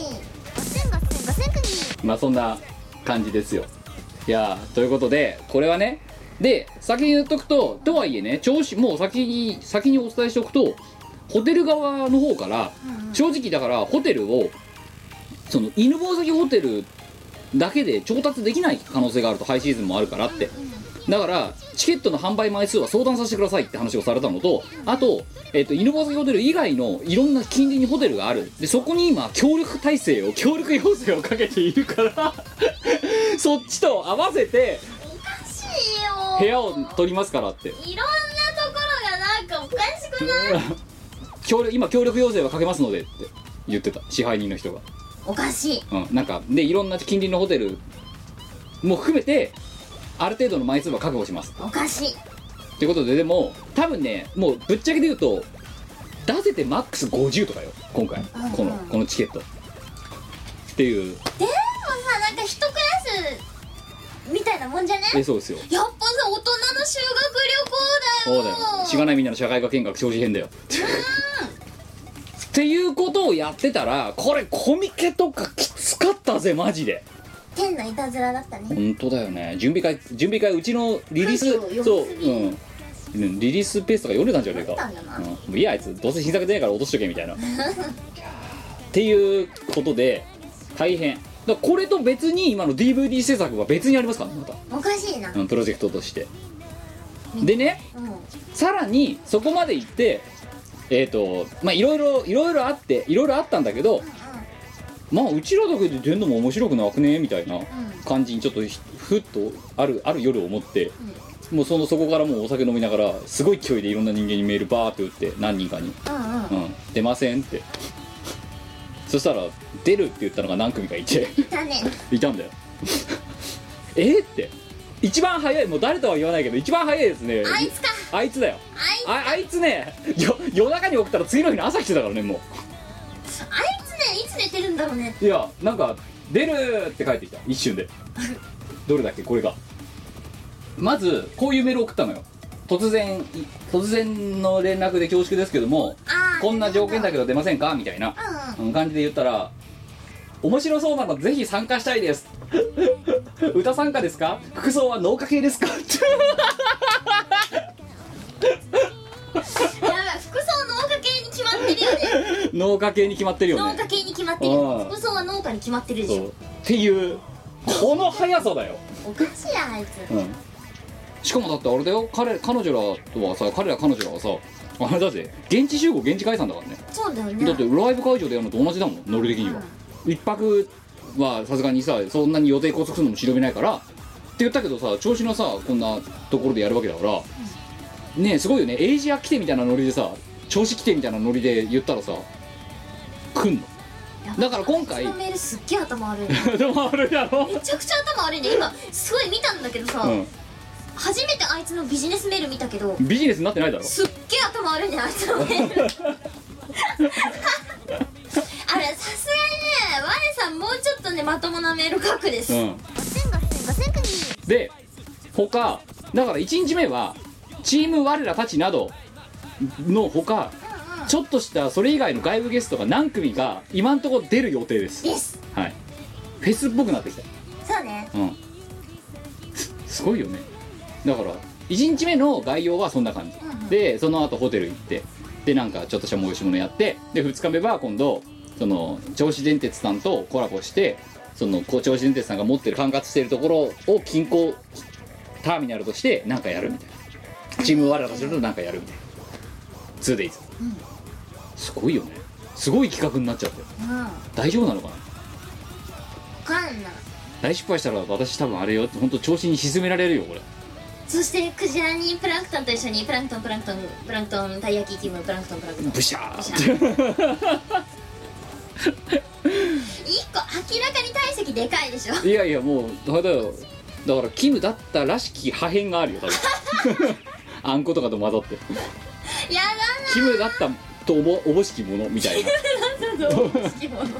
まあそんな感じですよいやということでこれはねで先に言っとくととはいえね調子もう先に先にお伝えしておくとホテル側の方から正直だからホテルをその犬吠埼ホテルだけで調達できない可能性があるとハイシーズンもあるからってだからチケットの販売枚数は相談させてくださいって話をされたのとあと、えっと、犬吠埼ホテル以外のいろんな近隣にホテルがあるでそこに今協力体制を協力要請をかけているからそっちと合わせておかしいよ部屋を取りますからっていろんなところがなんかおかしくない協力今協力要請はかけますのでって言ってた支配人の人がおかしい、 うん、なんかでいろんな近隣のホテルも含めてある程度の枚数は確保しますおかしいってことで、でも多分ね、もうぶっちゃけで言うと出せてマックスごじゅうとかよ今回、うんうん、このこのチケットっていう。 でもさ、なんか一クラスみたいなもんじゃね。 え、そうですよ。 やっぱさ、大人の修学旅行だよ。 そうだよ。しがないみんなの社会科見学長寿編だよ。っていうことをやってたら、これコミケとかきつかったぜマジで。 変なイタズラだったね。 本当だよね。準備会準備会うちのリリース、そう、うん、リリースペースとか読んでたんじゃねえか。うん、もういやあいつどうせ新作出ないから落としとけみたいな。っていうことで大変。だこれと別に今の ディーブイディー 制作は別にありますからね、また。 おかしいな。 うん、プロジェクトとして。でね、うん、さらにそこまで行って、えっ、ー、とまあいろいろいろいろあっていろいろあったんだけど。うん、まあうちらだけで出んのも面白くなくねみたいな感じにちょっとふっとあるある夜思って、うん、もうそのそこからもうお酒飲みながらすごい勢いでいろんな人間にメールバーって打って何人かに、うんうんうん、出ませんってそしたら出るって言ったのが何組かいていたねいたんだよえーって一番早い、もう誰とは言わないけど一番早いですね。 あいつかあいつだよ。 あいつあ、あいつねよ夜中に送ったら次の日の朝来てたからね。もうあいつね、いつ寝てるんだろうね。 いや、なんか出るって帰ってきた一瞬でどれだっけこれが。まずこういうメール送ったのよ。突然突然の連絡で恐縮ですけども、こんな条件だけど出ませんかみたいな感じで言ったら、面白そうなのぜひ参加したいです歌参加ですか、服装は農家系ですかやばい、 服装農家系に決まってるよね農家系に決まってるよね。 農家系に決まってるよ。服装は農家に決まってるでしょ。 っていうこの速さだよ。 おかしいやあいつ、うん、 しかもだってあれだよ、彼彼女らとはさ、彼ら彼女らはさ、あれだぜ、現地集合現地解散だからね。 そうだよね。 だってライブ会場でやるのと同じだもん、ノリ的には、うん、一泊はさすがにさ、そんなに予定拘束するのも忍びないからって言ったけどさ、調子のさこんなところでやるわけだから、うん、ねえすごいよね。エイジア来てみたいなノリでさ、調子来てみたいなノリで言ったらさ来んの。だから今回そのメールすっげえ頭悪いね頭悪いだろ。 めちゃくちゃ頭悪いね。今すごい見たんだけどさ、うん、初めてあいつのビジネスメール見たけどビジネスになってないだろ。 すっげえ頭悪いねあいつのメールあれさすがにね、我さんもうちょっとねまともなメール書くです、うん、 で他だからいちにちめはチーム我らたちなどの他、うんうん、ちょっとしたそれ以外の外部ゲストが何組か今んところ出る予定です。 です、 はい、フェスっぽくなってきた。 そうね、 うん、すごいよね。だからいちにちめの概要はそんな感じ、うんうん、でその後ホテル行って、でなんかちょっとした催し物やって、でふつかめは今度その銚子電鉄さんとコラボして、その銚子電鉄さんが持ってる管轄しているところを近郊ターミナルとしてなんかやるみたいな、チーム我らとするとなんかやるみたいな ツーデイズ、うん、すごいよね。すごい企画になっちゃって、うん、大丈夫なのかな。 分かんない。 大失敗したら私多分あれよ、本当調子に沈められるよこれ。 そしてクジラにプランクトンと一緒にプランクトンプランクトンプランクトンたい焼きキムプランクトンプランクトンブシャー一個明らかに体積でかいでしょ。 いやいやもうあれだよ、だからキムだったらしき破片があるよ多分あんことかと混ざってやだな。 キムだったとおぼおぼしきものみたいなキムだったとおぼしきもの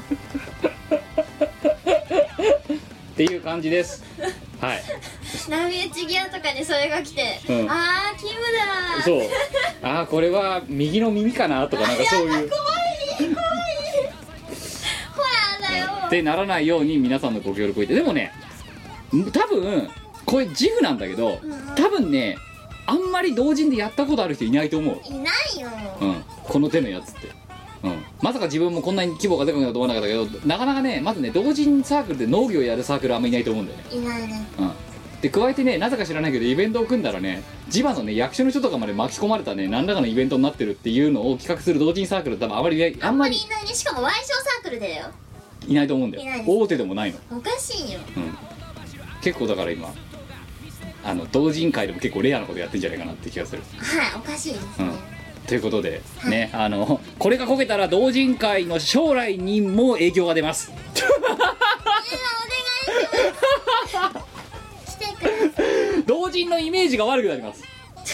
っていう感じですはい。 波打ち際とかにそれが来て、うん、あーキムだー。 そうあーこれは右の耳かなとかなんかそういう怖い怖いホラーだよってならないように皆さんのご協力をいて。でもね多分これ自負なんだけど、うん、多分ねあんまり同人でやったことある人いないと思う。 いないよ、 うん、この手のやつって、うん、まさか自分もこんなに規模がでかくなると思わなかったけど、なかなかねまずね同人サークルで農業やるサークルあんまいないと思うんだよね。 いないね、 うん、で加えてねなぜか知らないけどイベントを組んだらね地場のね役所の人とかまで巻き込まれたね何らかのイベントになってるっていうのを企画する同人サークルって多分あまりあんまりいないね。しかも矮小サークルだよ。 いないと思うんだよ。大手でもないの。 おかしいよ、 うん、結構だから今あの同人界でも結構レアなことやってんじゃないかなって気がする。 はい、おかしいですね、うん、 ということで、はい、ねあのこれがこけたら同人界の将来にも影響が出ますお願いします来てください。 同人のイメージが悪くなります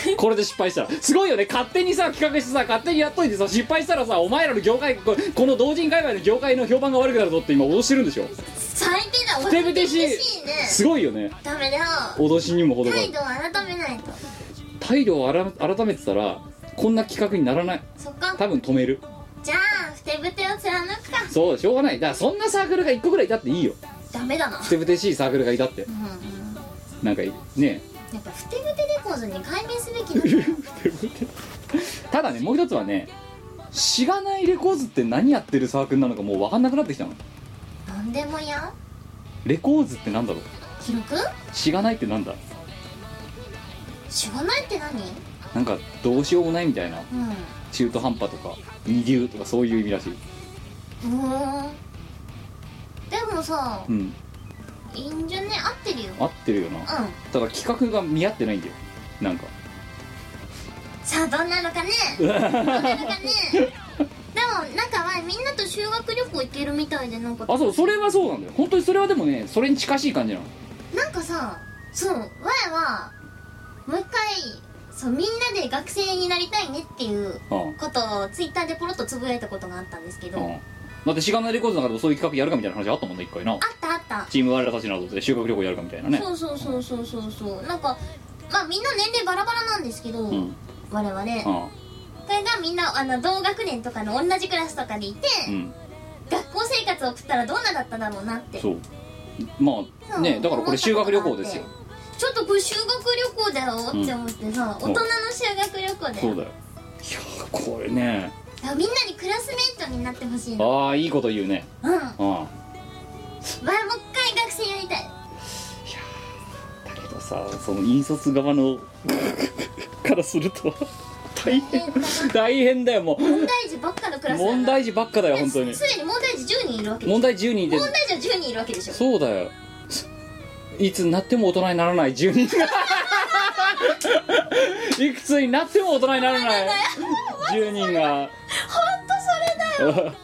これで失敗したらすごいよね。勝手にさ企画してさ勝手にやっといてさ、失敗したらさお前らの業界、ここの同人界隈の業界の評判が悪くなるぞって今脅してるんでしょ。 最低だ。 ふてぶてしい、 ね、 すごいよね。 ダメだよ。 脅しにも程がある。 態度を改めないと。 態度を改めてたらこんな企画にならない。 そっか。 多分止める。 じゃあふてぶてを貫くか。 そうしょうがない。だからそんなサークルがいっこぐらいいたっていいよ。 ダメだな。 ふてぶてしいサークルがいたって、 うんうん、 なんかねやっぱふてぶてレコーズに改名すべきだよ。 ただねもう一つはね、しがないレコーズって何やってるサークルなのかもう分かんなくなってきたの。 なんでもやレコーズってなんだろう。 記録しがないってなんだ。 しがないって何？ なんかどうしようもないみたいな、 うん、 中途半端とか二流とかそういう意味らしい。 うーん。でもさ、 うん、 いいんじゃね。合ってるよ。 合ってるよな、 うん。 ただ企画が見合ってないんだよなんか。 さあどんなのかね。どんなのかね。でもなんかはみんなと修学旅行行けるみたいで、なんかあそうそれはそうなんだよ本当に。それはでもねそれに近しい感じなの。 なんかさ、そう前はもう一回そうみんなで学生になりたいねっていうことをツイッターでポロッとつぶやいたことがあったんですけど、 うん、だってしがないレコードの中でもそういう企画やるかみたいな話あったもんね一回な。 あったあった。 チーム我らたちなどで修学旅行やるかみたいなね。 そうそうそうそうそうそう。なんかまあみんな年齢バラバラなんですけど、うん、我々、うん、これがみんなあの同学年とかの同じクラスとかでいて、うん、学校生活を送ったらどんなだっただろうなって。 そうまあね、だからこれ修学旅行ですよ。 ちょっとこれ修学旅行だよって思ってさ、うん、大人の修学旅行だよ。そうだよ。いやこれねみんなにクラスメイトになってほしいの。ああいいこと言うね。 うん。ああもう一回学生やりたい。いやだけどさその引率側のからすると大変大変だよもう。 問題児ばっかのクラスだな。 問題児ばっかだよ本当に。 すでに問題児じゅうにんいるわけでしょ。 問題じゅうにんで問題児はじゅうにんいるわけでしょ。 そうだよ。いつになっても大人にならないじゅうにんいくつになっても大人にならないじゅうにんが。ほんとそれだよ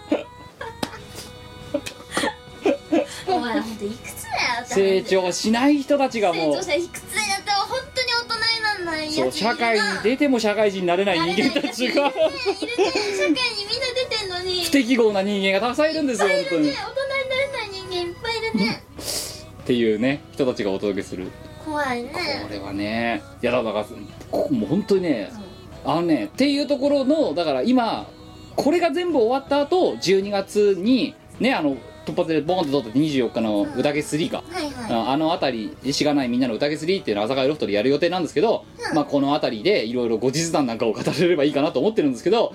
お前ほんといくつだよって。 成長しない人たちがもう成長したらいくつになっても本当に大人にならないやついるな。 そう社会に出ても社会人になれない人間たちがいるね。 いるね。社会にみんな出てんのに不適合な人間がたくさんいるんですよ。 いっぱいいるね。 本大人になれない人間いっぱいいるねっていうね人たちがお届けする。 怖いねこれはね。いやだからこもう本当にね、うん、あのねっていうところのだから今これが全部終わった後じゅうにがつにねあの突発でボーンと取ってにじゅうよっかの宴スリーか、うんはいはい、あの辺りしがないみんなの宴スリーっていうのを朝会ロフトでやる予定なんですけど、うん、まあこの辺りでいろいろ後日談なんかを語れればいいかなと思ってるんですけど、はい、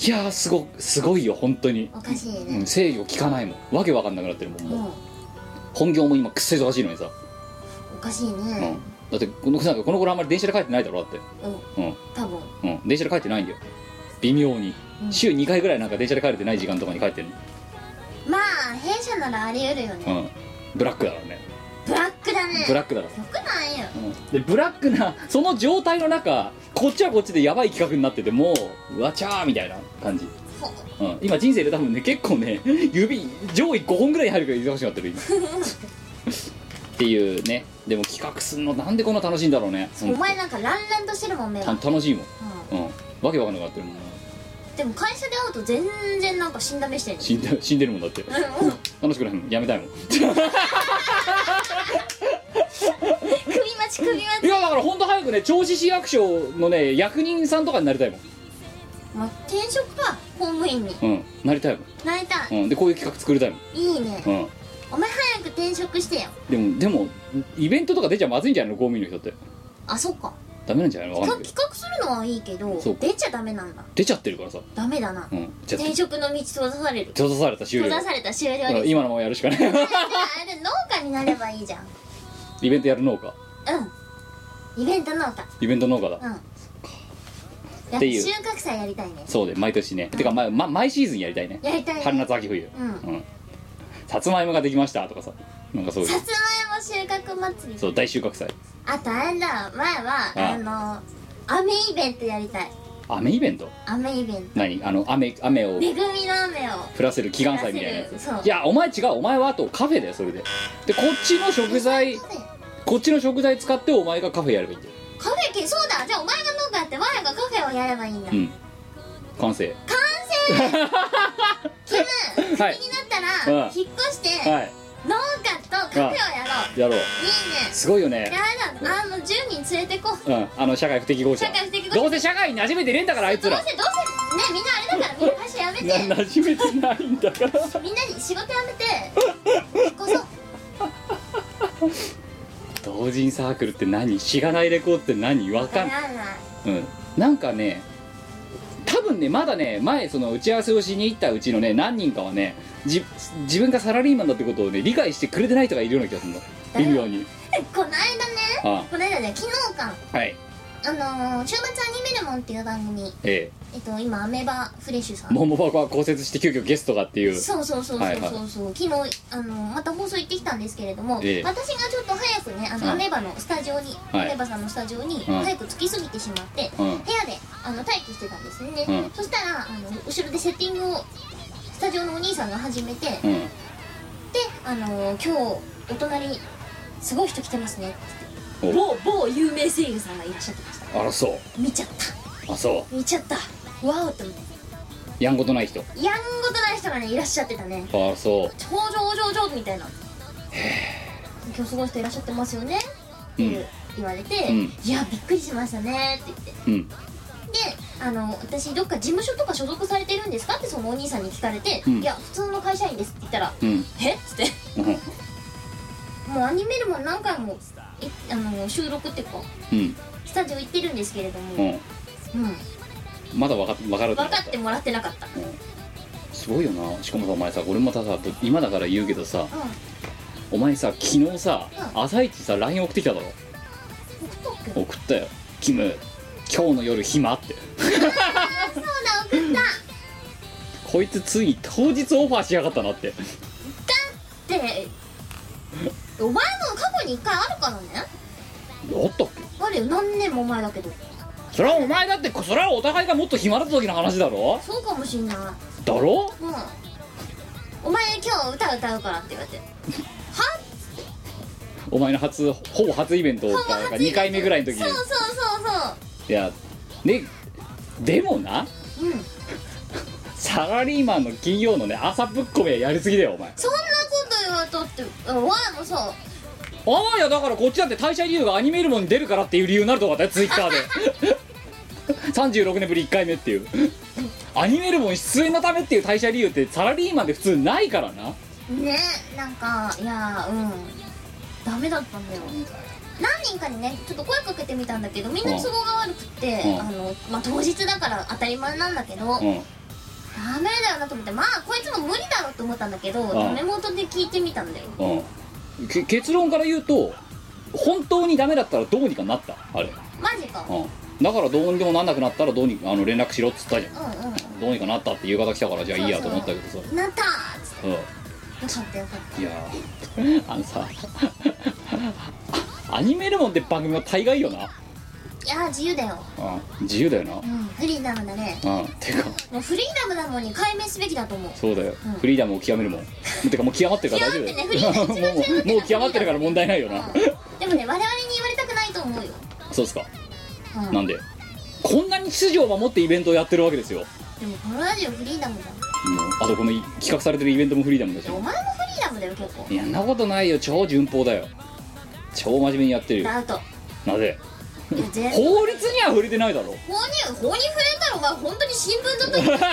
いやーすごすごいよ本当に。 おかしいね、 うん、制御効かないもん。わけわかんなくなってるもんもう、うん、本業も今くっせ忙しいのにさおかしいね、うん、 だってこのなんかこの頃あんまり電車で帰ってないだろだって。 うん、うん、多分、 うん、電車で帰ってないんだよ微妙に、うん、週にかいぐらいなんか電車で帰れてない時間とかに帰ってるの。 まあ弊社ならあり得るよね。 うんブラックだからね。 ブラックだね。 ブラックだからよくないよ、 うん、でブラックなその状態の中こっちはこっちでやばい企画になっててもううわちゃーみたいな感じ。うん、今人生で多分ね結構ね指上位ごほんぐらいに入るから忙しくなってる今っていうね。でも企画するのなんでこんな楽しいんだろうね。 お前なんかランランとしてるもんね。 楽しいもん、うん、うん、わけわかんなくなってるもん。 でも会社で会うと全然なんか死んだ目してる。 死んで死んでるもんだって、うん、楽しくないもん。やめたいもん首待ち首待ち。 いやだからほんと早くね銚子市役所のね役人さんとかになりたいもん。 まあ、転職か公務員に、 うん、なりたいもん。 なりたい、 うん、でこういう企画作りたいもん。 いいね、うん、お前早く転職してよ。 でもでもイベントとか出ちゃまずいんじゃないの公務員の人って。 あそっかダメなんじゃないの。分かんない企画するのはいいけど出ちゃダメなんだ。 出ちゃってるからさダメだな、うん、転職の道閉ざされる。 閉ざされた終了。 閉ざされた終了です。 今のままやるしかないあれ農家になればいいじゃん。 イベントやる農家。 うんイベント農家イベント農家だ。うんっていう収穫祭やりたいね。 そうで毎年ね、うん、てか、まま、毎シーズンやりたいね。 やりたいね。 春夏秋冬、うんうん、さつまいもができましたとかさなんかそういうさつまいも収穫祭り。 そう大収穫祭。 あとあれだ前はあ, あの雨イベントやりたい。 雨イベント。 雨イベント何あの雨雨を恵みの雨を降らせる祈願祭みたいなやつ。いやお前違うお前はあとカフェだよそれで。でこっちの食材こっちの食材使ってお前がカフェやればいいんだよ。 カフェ系、そうだ、じゃあお前が農家やって我がカフェをやればいいんだ。うん、 完成完成キム、クビになったら引っ越して、はい、農家とカフェをやろう。 やろう。いいね。すごいよね。 やだ、あのじゅうにん連れてこう。 うん、あの社会不適合者。 社会不適合者。 どうせ社会に馴染めてねえんだから、あいつら。 どうせどうせね、みんなあれだから、みんな会社辞めて。 な馴染めてないんだから。 みんなに仕事辞めて引っ越そう。 同人サークルって何？しがないレコーって何？わかんない。うん。なんかね、多分ね、まだね、前その打ち合わせをしに行ったうちのね、何人かはね、じ自分がサラリーマンだってことをね、理解してくれてない人がいるような気がするの。微妙に。 この間ね、ああこの間ね、昨日か。 はい。 あのー、週末アニメルモンっていう番組、えええっと、今アメバフレッシュさんモモバが降雪して急遽ゲストがっていう、 そうそうそうそうそう、はいはい、昨日あのまた放送行ってきたんですけれども、ええ、私がちょっと早くね、あのアメバのスタジオに、はい、アメバさんのスタジオに早く着きすぎてしまって、うん、部屋であの待機してたんですね、うん、そしたらあの後ろでセッティングをスタジオのお兄さんが始めて、うん、で、あの今日お隣すごい人来てますねって某某有名声優さんがいらっしゃってました。 あら、そう見ちゃった。 あ、そう見ちゃった。わおって思って、 やんごとない人やんごとない人がねいらっしゃってたね。 あ、そう超上上上みたいな、今日すごい人いらっしゃってますよねっていう、うん、言われて、うん、いやびっくりしましたねって言って、うん、で、あの私どっか事務所とか所属されてるんですかってそのお兄さんに聞かれて、うん、いや普通の会社員ですって言ったら、うん、えっつって、うん、もうアニメルも何回もあの収録っていうか、うん、スタジオ行ってるんですけれども、うん、うん、 まだ分か, 分かる分かってもらってなかった、うん、 すごいよな。しかもさ、お前さ、俺またさ、今だから言うけどさ、うん、お前さ、昨日さ、うん、朝一さ ライン 送ってきただろ。 送ったっけ？ 送ったよ。キム、今日の夜暇ってそうだ、送ったこいつついに当日オファーしやがったなって。だってお前も過去にいっかいあるからね。 あったっけ？ あるよ、何年も前だけど。 それはお前だって、それはお互いがもっと暇だった時の話だろ。 そうかもしんないだろ。 うん、お前今日歌歌うからって言われてはっお前の初ほぼ初イベントがにかいめぐらいの時に、 そうそうそうそう、 いやね、でもな、 うん、 サラリーマンの金曜のね朝ぶっ込めやりすぎだよお前。 そんなこと言われたって、お前もさ、 ああ、いやだからこっちだって退社理由がアニメルモンに出るからっていう理由になるとかだよ、ツイッターでさんじゅうろくねんぶりいっかいめっていうアニメルモン出演のためっていう退社理由ってサラリーマンで普通ないからな。 ね、なんかいや、うんダメだったんだよ。何人かにねちょっと声かけてみたんだけど、みんな都合が悪くって、うん、あのまあ当日だから当たり前なんだけど、うん、ダメだよなと思って、まあこいつも無理だろって思ったんだけど、ダメ元で聞いてみたんだよ、 うん、け結論から言うと本当にダメだったらどうにかなった、あれマジか、うん、 だからどうにでもなんなくなったらどうにあの連絡しろっつったじゃん、うんうん、どうにかなったって夕方来たからじゃあいいやと思ったけどさ、そうそうなったーっつって、うん、よかったよかった。 いやあのさアニメルモンって番組は大概よな。 いや自由だよ、 うん、自由だよな、 うん、フリーダムだね、 うん、てかもうフリーダムなのに解明すべきだと思う。 そうだよ、うん、フリーダムを極めるもんてかもう極まってるから大丈夫だよ、ね、フリーダムもうもう極まってるから問題ないよな、うん、 でもね我々に言われたくないと思うよ。 そうっすか、うん、なんでこんなに秩序を守ってイベントをやってるわけですよ。 でもこのラジオフリーダムだ、 うん、あとこの企画されてるイベントもフリーダムだし。 お前もフリーダムだよ結構。 いやんなことないよ、超順法だよ、超真面目にやってるよ。 ダウト。 なぜ法律には触れてないだろ。 法に法に触れたのが本当に新聞だったんだよ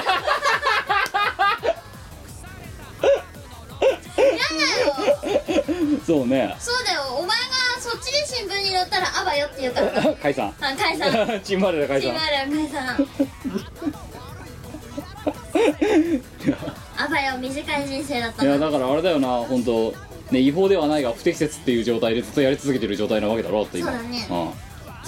そうね。 そうだよ、お前がそっちで新聞に載ったらあばよって言うから解散。 あ、解散チームワールド解散。 チームワールド解散あばよ短い人生だった。 いやだからあれだよな、本当ね、違法ではないが不適切っていう状態でずっとやり続けてる状態なわけだろって今。 そうだね、 うん、いや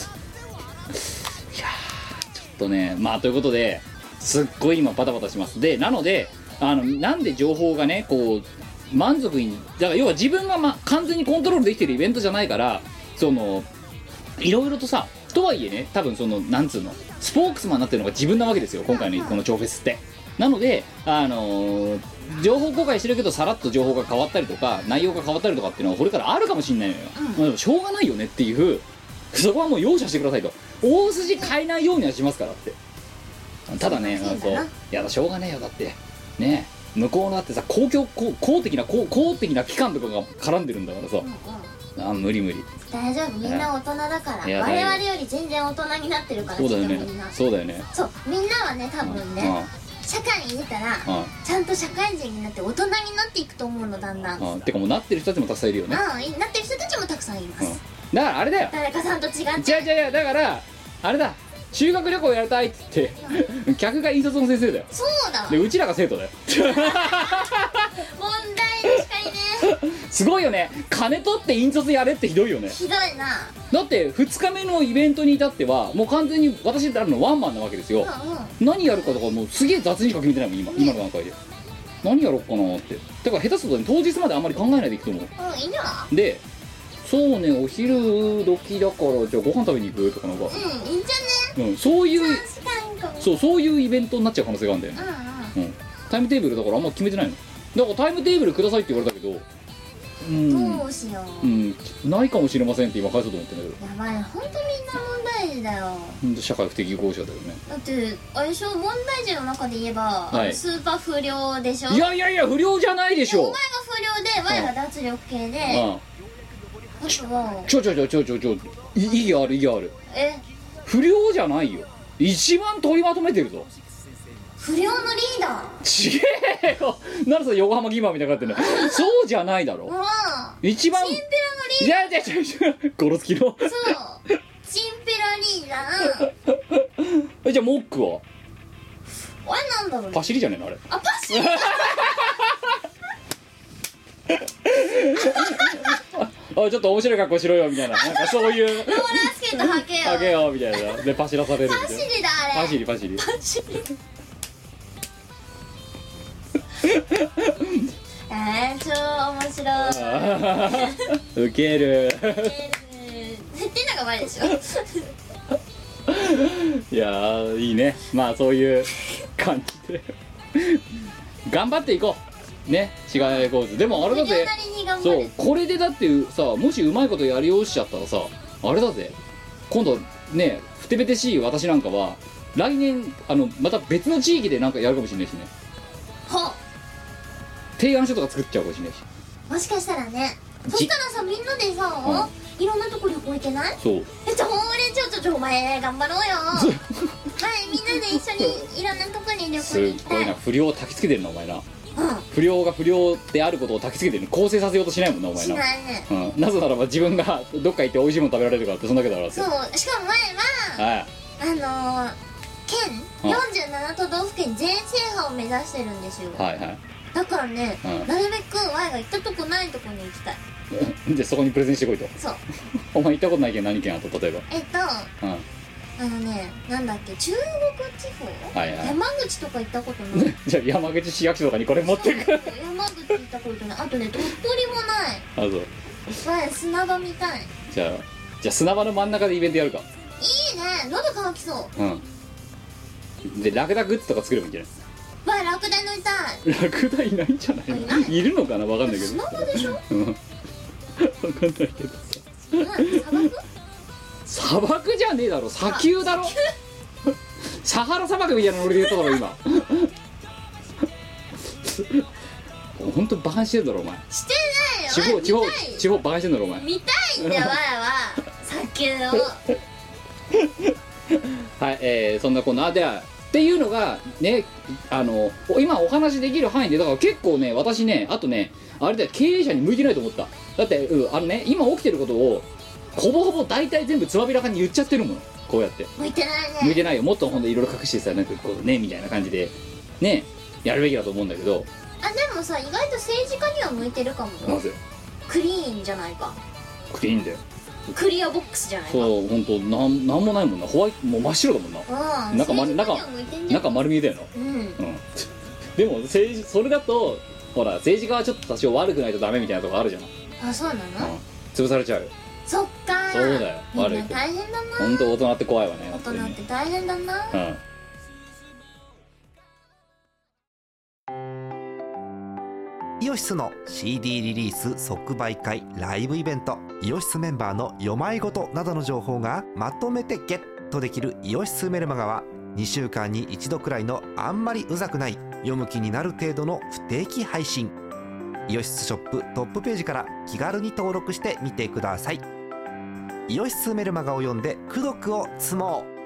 ちょっとね、まあということですっごい今バタバタします。でなのであのなんで情報がねこう満足に、だから要は自分が、ま、完全にコントロールできてるイベントじゃないから、そのいろいろとさ、とはいえね、多分そのなんつうのスポークスマンになってるのが自分なわけですよ、今回のこの超フェスって。なのであのー、情報公開してるけどさらっと情報が変わったりとか内容が変わったりとかっていうのはこれからあるかもしれないのよ、うん、でもしょうがないよねっていうそこはもう容赦してくださいと。大筋変えないようにはしますからって。ただね、そういやだしょうがねえよ。だってね向こうのだってさ公共公公的な公公的な機関とかが絡んでるんだからさ、うんうん、あ無理無理。 大丈夫、みんな大人だから。我々より全然大人になってるから。 そうだよね、そうだよね。 そう、みんなはね多分ね、うんうん、社会に出たら、うん、ちゃんと社会人になって大人になっていくと思うの、だんだん。 うん、てかもうなってる人たちもたくさんいるよね。 うん、なってる人たちもたくさんいます、うん、 だからあれだよ、 誰かさんと違って。 違う違う違う、だからあれだ、修学旅行やりたいっつって、うん、客が引率の先生だよ。 そうだ、 でうちらが生徒だよ。 問題に近いね。 すごいよね、金取って引率やれってひどいよね。 ひどいな。 だってふつかめのイベントに至ってはもう完全に私たるのワンマンなわけですよ、うんうん、何やるかとかもうすげえ雑にしか決めてないもん今、ね、今の段階で何やろうかなって。だから下手すると、ね、当日まであんまり考えないでいくと思う。 うん、いいな。 でそうね、お昼時だからじゃあご飯食べに行くとかなんか、 うん、いいんじゃね、 うん、そういうそうそういうイベントになっちゃう可能性があるんだよね、うんうんうん、タイムテーブルだからあんま決めてないの。だからタイムテーブルくださいって言われたけど、うん、 どうしよう、 うん、ないかもしれませんって今返そうと思ってんだけど、 やばい、ほんとみんな問題児だよ。 ほんと社会不適合者だよね。 だってあれでしょ、問題児の中で言えば、はい、スーパー不良でしょ。 いやいやいや不良じゃないでしょ。 お前が不良で、我が脱力系で、あとはちょちょちょちょちょちょ意義ある意義ある。 え不良じゃないよ、一番取りまとめてるぞ。 不良のリーダーちげえよ。なんでそれ横浜ギマーみたいになってんの。そうじゃないだろ、うん、一番チンピラのリーダー。いやいやいや、ゴロつきのそうチンピラリーダー。 えじゃあモックはあれなんだろう、ね、 パシリじゃねえのあれ。 あパシリあちょっと面白い格好しろよみたいな、なんかそういうローラースケート履けよ履けよみたいなでパシらされるみたいな。 パシリだあれ。 パシリパシリパシリえー、超面白い。 ウケるウケるってのが前でしょ。 いやーいいね、まあそういう感じで頑張っていこうね、違い構図。でもあれだぜ、そうこれでだってさ、もしうまいことやりおしちゃったらさ、あれだぜ、今度ねふてべてしい私なんかは来年あのまた別の地域でなんかやるかもしれないしね。 は提案書とか作っちゃうかもしれないし、 もしかしたらね。そしたらさ、みんなでさ、うん、いろんなとこ旅行行けない？ そうえっと俺ちょちょちょお前頑張ろうよ。はい、みんなで一緒にいろんなとこに旅行に行きたい。すっごいな、不良を焚きつけてるなお前な。うん、不良が不良であることを焚きつけてるの、構成させようとしないもんなお前な。しないね、うん、なぜならば自分がどっか行って美味しいもの食べられるからって、そんだけだからって。そう、しかも前は、はい、あのー、県よんじゅうなな都道府県全制覇を目指してるんですよ。はいはい。だからね、うん、なるべく我が行ったとこないとこに行きたい。でそこにプレゼンしてこいと。そうお前行ったことないけん何県あと、例えばえっと、うん、あのね、なんだっけ、中国地方、はいはい、山口とか行ったことないじゃあ山口市役所とかにこれ持ってく。山口行ったことない。あとね、鳥取もない。あ、そう。わ、砂場見たい。じゃあじゃあ砂場の真ん中でイベントやるか。いいね、喉乾きそう。うんでラクダグッズとか作ればいいんじゃない。わ、ラクダ乗りたい。ラクダいないんじゃないの。 いない、いるのかな、わかんないけど。砂場でしょ。うんわかんないけどさ。砂漠砂漠じゃねえだろ、砂丘だろ。サハラ砂漠みたいなノリで言っただろ今。ほんとバカにしてんだろお前。してないよ。地方地方地方バカにしてんだろお前。見たいんだよわらは砂丘を。はい、えー、そんなこんなではっていうのがね、あの今お話できる範囲で、だから結構ね、私ね、あとね、あれだよ、経営者に向いてないと思った。だって、うん、あのね、今起きてることをほぼほぼ大体全部つまびらかに言っちゃってるもの。こうやって向いてないね。向いてないよ。もっとほんといろいろ隠してさ、なんかこうねみたいな感じでねやるべきだと思うんだけど。あ、でもさ、意外と政治家には向いてるかも。なぜ？クリーンじゃないか。クリーンだよ。クリアボックスじゃないか。そう、ほんと なん、なんもないもんな。ホワイトもう真っ白だもんな。うん、中丸中中丸見えだよな。うん、うん、でも政治それだとほら、政治家はちょっと多少悪くないとダメみたいなとこあるじゃん。あ、そうなの、うん、潰されちゃうよ。そっかー。そうだよ。悪いと大変だな。ほんと大人って怖いわね。大人って大変だな。うん。 イオシスの シーディー リリース即売会ライブイベント、イオシスメンバーの読まいごとなどの情報がまとめてゲットできるイオシスメルマガはにしゅうかんに一度くらいのあんまりうざくない読む気になる程度の不定期配信。イオシスショップトップページから気軽に登録してみてください。イオシスメルマガを読んで功徳を積もう。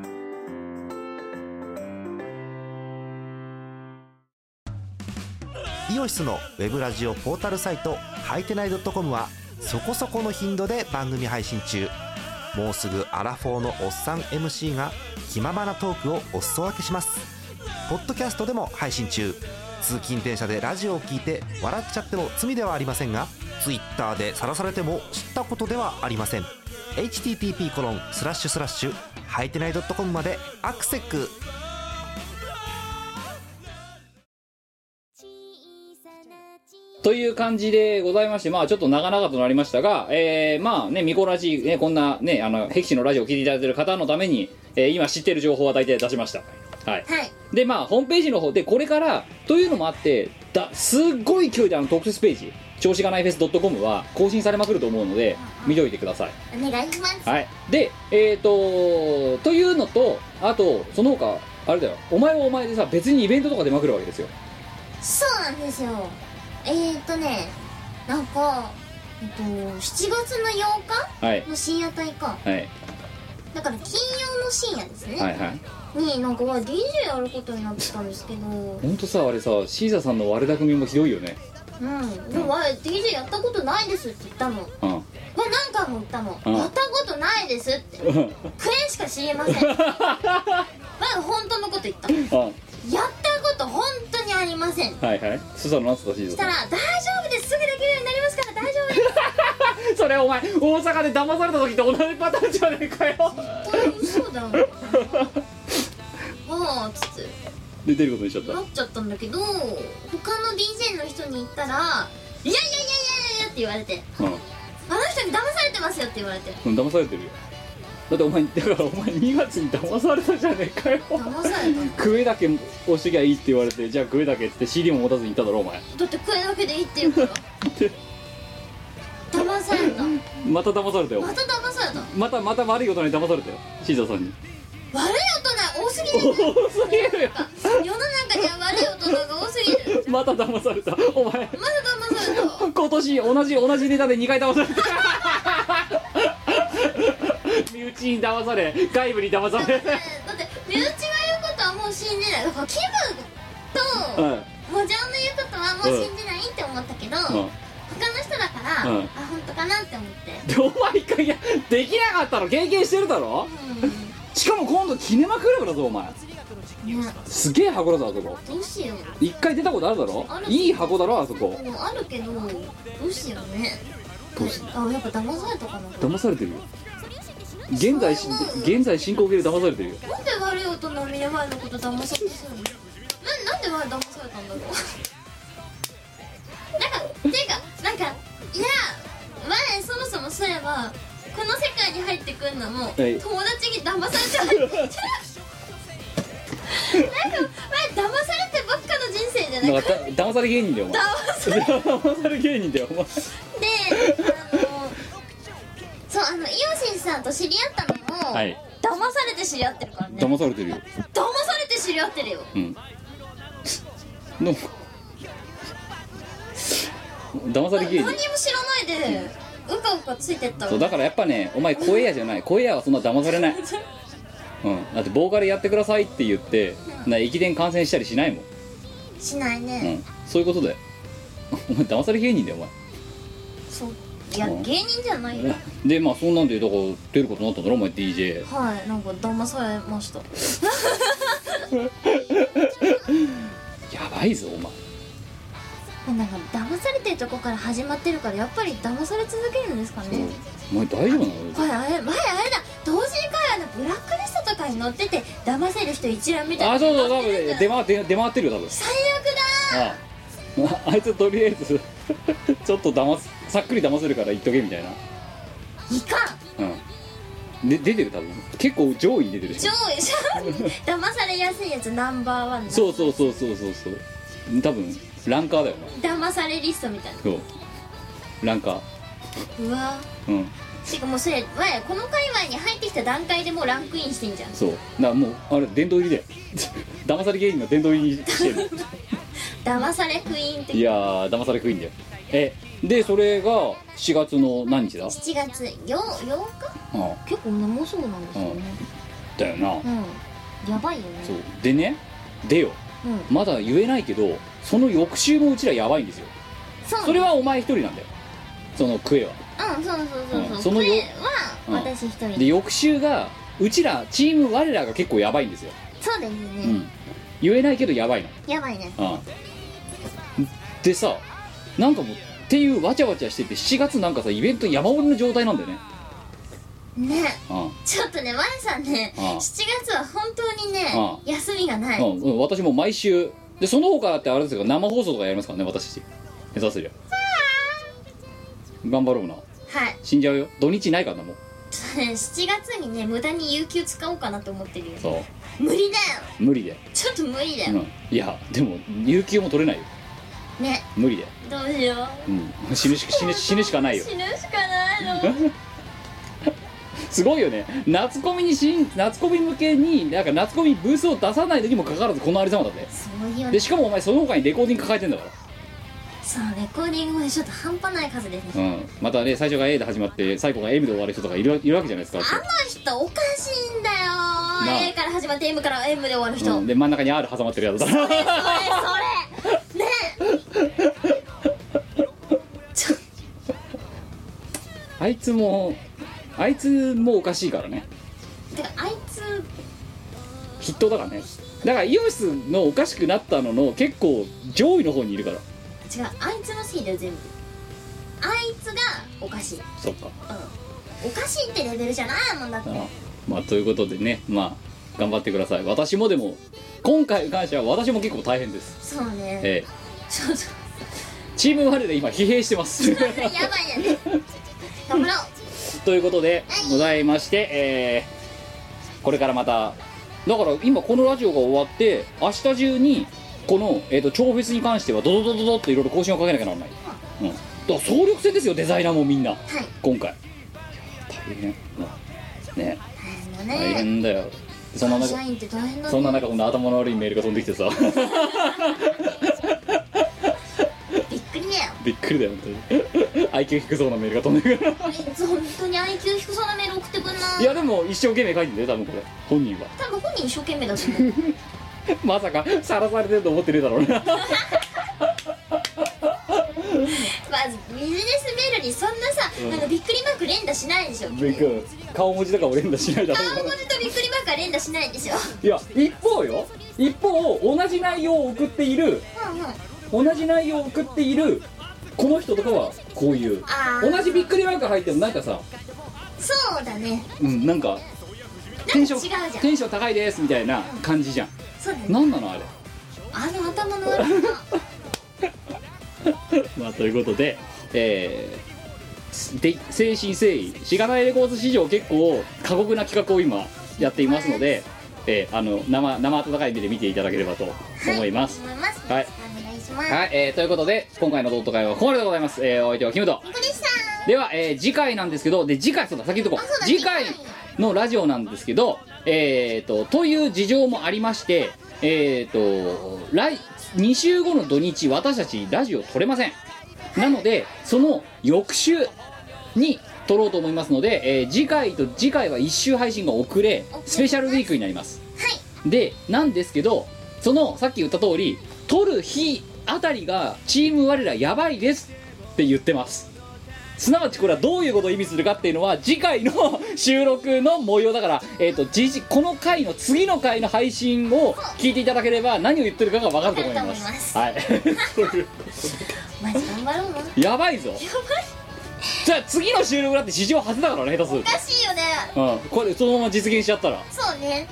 イオシスのウェブラジオポータルサイトはいてない .com はそこそこの頻度で番組配信中。もうすぐアラフォーのおっさん エムシー が気ままなトークをお裾分けします。ポッドキャストでも配信中。通勤電車でラジオを聞いて笑っちゃっても罪ではありませんが、ツイッターで晒されても知ったことではありません。 エイチティーティーピーコロンスラッシュスラッシュはいてない .com までアクセック。 という感じでございまして、まあちょっと長々となりましたが、えー、まあね、ミコラジ、ね、こんなね、あの、ヘキシのラジオを聞いていただいている方のために、えー、今知っている情報は大体出しました。はい。 はい。 で、まあホームページの方で、これから、というのもあって、だすっごい勢いであの特設ページ、調子がないフェス .com は更新されまくると思うので、見といてください。 お願いします。 はい。で、えっ、ー、と、というのと、あと、その他、あれだよ、お前はお前でさ、別にイベントとか出まくるわけですよ。 そうなんですよ。えーっとね、なんか、えっと、しちがつのようかの深夜帯か、 はい、 だから金曜の深夜ですね、 はいはい、 になんか ディージェー やることになってたんですけど、ほんとさ、あれさ、シーザさんの悪巧みもひどいよね。 うん、でもあれ ディージェー やったことないですって言ったの、うん、まあ何回も言ったの、うん、やったことないですって、クレーンしか知りませんまあ本当のこと言った、うん、やったこと本当にありません。 はいはい。そしたら何つったシーズン。 したら大丈夫です、すぐできるようになりますから大丈夫ですそれお前大阪で騙された時と同じパターンじゃねえかよ。 嘘だああつって出てることにしちゃったなっちゃったんだけど、他の ディージェー の人に言ったら「いやいやいやいやいや」って言われて、うん、あの人に騙されてますよって言われて、 うん、騙されてるよ。だってお前、だからお前にがつに騙されたじゃねえかよ。 騙されたクエだけ押してきゃいいって言われて、じゃあクエだけって シーディー も持たずに行っただろお前。 だってクエだけでいいって言うから騙された。 また騙されたよ。 また騙された。 またまた悪い大人に騙されたよ、シーザーさんに。 悪い大人多すぎる。 多すぎるよ。 世の中には悪い大人が多すぎる。 また騙されたお前。また騙された。 今年同じ同じネタでにかい騙された身内に騙され、外部に騙され。だって身内が言うことはもう信じない。だからキムともじゃんの言うことはもう信じないって思ったけど、うん、他の人だから、うん、あ、本当かなって思って。 でお前一回やできなかったの経験してるだろ、うん、しかも今度キネマクラブだぞお前、ね、すげえ箱だぞあそこ。 どうしよう。 一回出たことあるだろ。いい箱だろあそこ。 あるけどどうしようね。どうしあ、やっぱ騙されたかな。 騙されてるよ。現在現在進行形で騙されてるよ。 なんで悪い大人の目の前のこと騙されてるの。な, なんで前騙されたんだろうなんかていうかなんかいや前そもそもそういえばこの世界に入ってくんのも、はい、友達に騙されちゃうなんか前騙されてばっかの人生じゃないか。 騙され芸人だよお前。騙され芸人だよお前。であのそうあのイオシスさんと知り合ったのも、はい、騙されて知り合ってるからね。 騙されてるよ。 騙されて知り合ってるよ。うんの騙され芸人。 何にも知らないでうかうかついてったわ。 そうだからやっぱねお前声屋じゃない。声屋はそんな騙されないうん、だってボーカルやってくださいって言って、うん、な駅伝観戦したりしないもん。 しないね、 うん、そういうことだよお前騙され芸人だよお前。 そういや、うん、芸人じゃないよ。 でまあそんなんでだから出ることになったんだろお前 ディージェー。 はいなんか騙されましたやばいぞお前。 なんか騙されてるとこから始まってるからやっぱり騙され続けるんですかね。 お前大丈夫なの。 はいあれ前あれだ同時会話のブラックリストとかに載ってて騙せる人一覧みたいな。 あそうそう多分出回って出回ってるよ多分。 最悪だああいつとりあえずちょっと騙すさっくり騙せるから言っとけみたいな。 いかんうんで出てる多分結構上位に出てる。 上位騙されやすいやつナンバーワン。 そうそうそうそうそうそう多分ランカーだよね。 騙されリストみたいな。 そうランカー。 うわうんてかもうそれ前この界隈に入ってきた段階でもうランクインしてんじゃん。 そうだからもうあれ殿堂入りだよ騙され芸人の殿堂入りしてる騙されクイーンっていやー騙されクイーンだよ。えでそれがしがつの何日だ。 しちがつようようか。 ああ結構もうそうなんですよね。 だよな、 うんやばいよね。 そうでねでようんまだ言えないけどその翌週もうちらやばいんですよ。 そうそれはお前一人なんだよそのクエは。 うんそうそうそうそう、 うんそのよクエは私一人、 で翌週がうちらチーム我らが結構やばいんですよ。 そうですね、 うん言えないけどやばいの。 やばいね。 うんでさなんかもうっていうわちゃわちゃしててしちがつなんかさイベント山盛りの状態なんだよね。 ねうんちょっとね我さんねああしちがつは本当にねああ休みがない。 うんうん、私も毎週でその他ってあれですよ生放送とかやりますからね私たち下手すりゃ頑張ろうな。 はい死んじゃうよ土日ないからなもう。 しちがつにね無駄に有給使おうかなと思ってるよ。 そう無理だよ無理で、 ちょっと無理だよ、 うん、いやでも有給も取れないよね無理で、 どうしよううん、死ぬし死ぬ死ぬしかないよ死ぬしかないのすごいよね夏コミにしん夏コミ向けになんか夏コミブースを出さないのにもかかわらずこのありさまだって。 すごいよね。 でしかもお前その他にレコーディング抱えてんだから。 そうレコーディングもちょっと半端ない数ですね。 うんまたね最初が A で始まって最後が M で終わる人とかいるいるわけじゃないですか。 あの人おかしいんだよなあ A から始まって M から M で終わる人、 うん、で真ん中に R 挟まってるやつだそれそれそれねちょあいつもあいつもおかしいからね。 てかあいつ筆頭だからね。だからイオシスのおかしくなったのの結構上位の方にいるから。 違うあいつのせいだよ全部。あいつがおかしい。 そっか。 うんおかしいってレベルじゃないもんだって。 ああまあということでねまあ頑張ってください。私もでも今回に関しては私も結構大変です。 そうね、 ええちょっとチーム我で今疲弊してますやばいよね頑張ろうということでございまして、えーこれからまただから今このラジオが終わって明日中にこの、えー、と超フェスに関してはドドドドドっていろいろ更新をかけなきゃならない、うん、だから総力戦ですよデザイナーもみんな、 はい今回いや大変、うんね大変だね。 大変だよ。そんな中社員って大変だね。 そんな中こんな頭の悪いメールが飛んできてさびっくりだよびっくりだよ本当にアイキュー 低そうなメールが飛んでくる本当に アイキュー 低そうなメール送ってくんない。 いやでも一生懸命書いてんだよ多分これ本人は多分本人一生懸命だと思うまさかさらされてると思ってるだろうなまずビジネスメールにそんなさ、 うんなんかびっくりマーク連打しないでしょ。 びっくり顔文字とかも連打しないだろう顔文字とびっくりマークは連打しないでしょ。 いや一方よ一方同じ内容を送っているうんうん同じ内容を送っているこの人とかはこういうあー同じびっくりマーク入ってもなんかさそうだね。 うんなんかテンション違うじゃんテンション高いですみたいな感じじゃん。 そうだね。 なんなのあれあの頭の悪さまあということで、えー、で誠心誠意しがないレコーズ史上結構過酷な企画を今やっていますので、えー、あの生生温かい目で見ていただければと思います。 思います。 はいお願いします。 はい、えー、ということで今回のドット会はここまででございます。えー、お相手はキムトびっくりした。 では、えー、次回なんですけどで次回そうだ先言っとこあそうだう次回のラジオなんですけどえーとという事情もありましてえーと来に週後の土日私たちラジオ撮れません。なのでその翌週に撮ろうと思いますので、えー次回と次回はいっ週配信が遅れスペシャルウィークになります。 はいでなんですけどそのさっき言った通り撮る日あたりがチーム我らやばいですって言ってます。すなわちこれはどういうことを意味するかっていうのは次回の収録の模様だから、えー、とじじこの回の次の回の配信を聞いていただければ何を言ってるかが分かると思います。はいマジ頑張ろうな。 やばいぞ。じゃあ次の収録だって史上初だからね下手するおかしいよね。 と、うん、これそのまま実現しちゃったらそうね。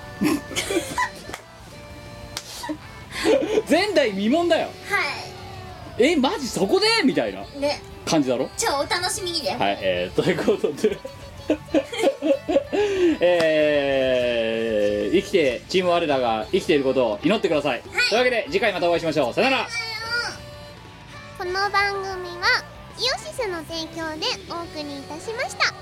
前代未聞だよ。 はえマジそこでみたいないね。 感じだろ。 超お楽しみにだよ。 はい、えー、ということでえー、生きてチーム我らが生きていることを祈ってください、というわけで次回またお会いしましょう。さよなら。 さようなら。 この番組はイオシスの提供でお送りいたしました。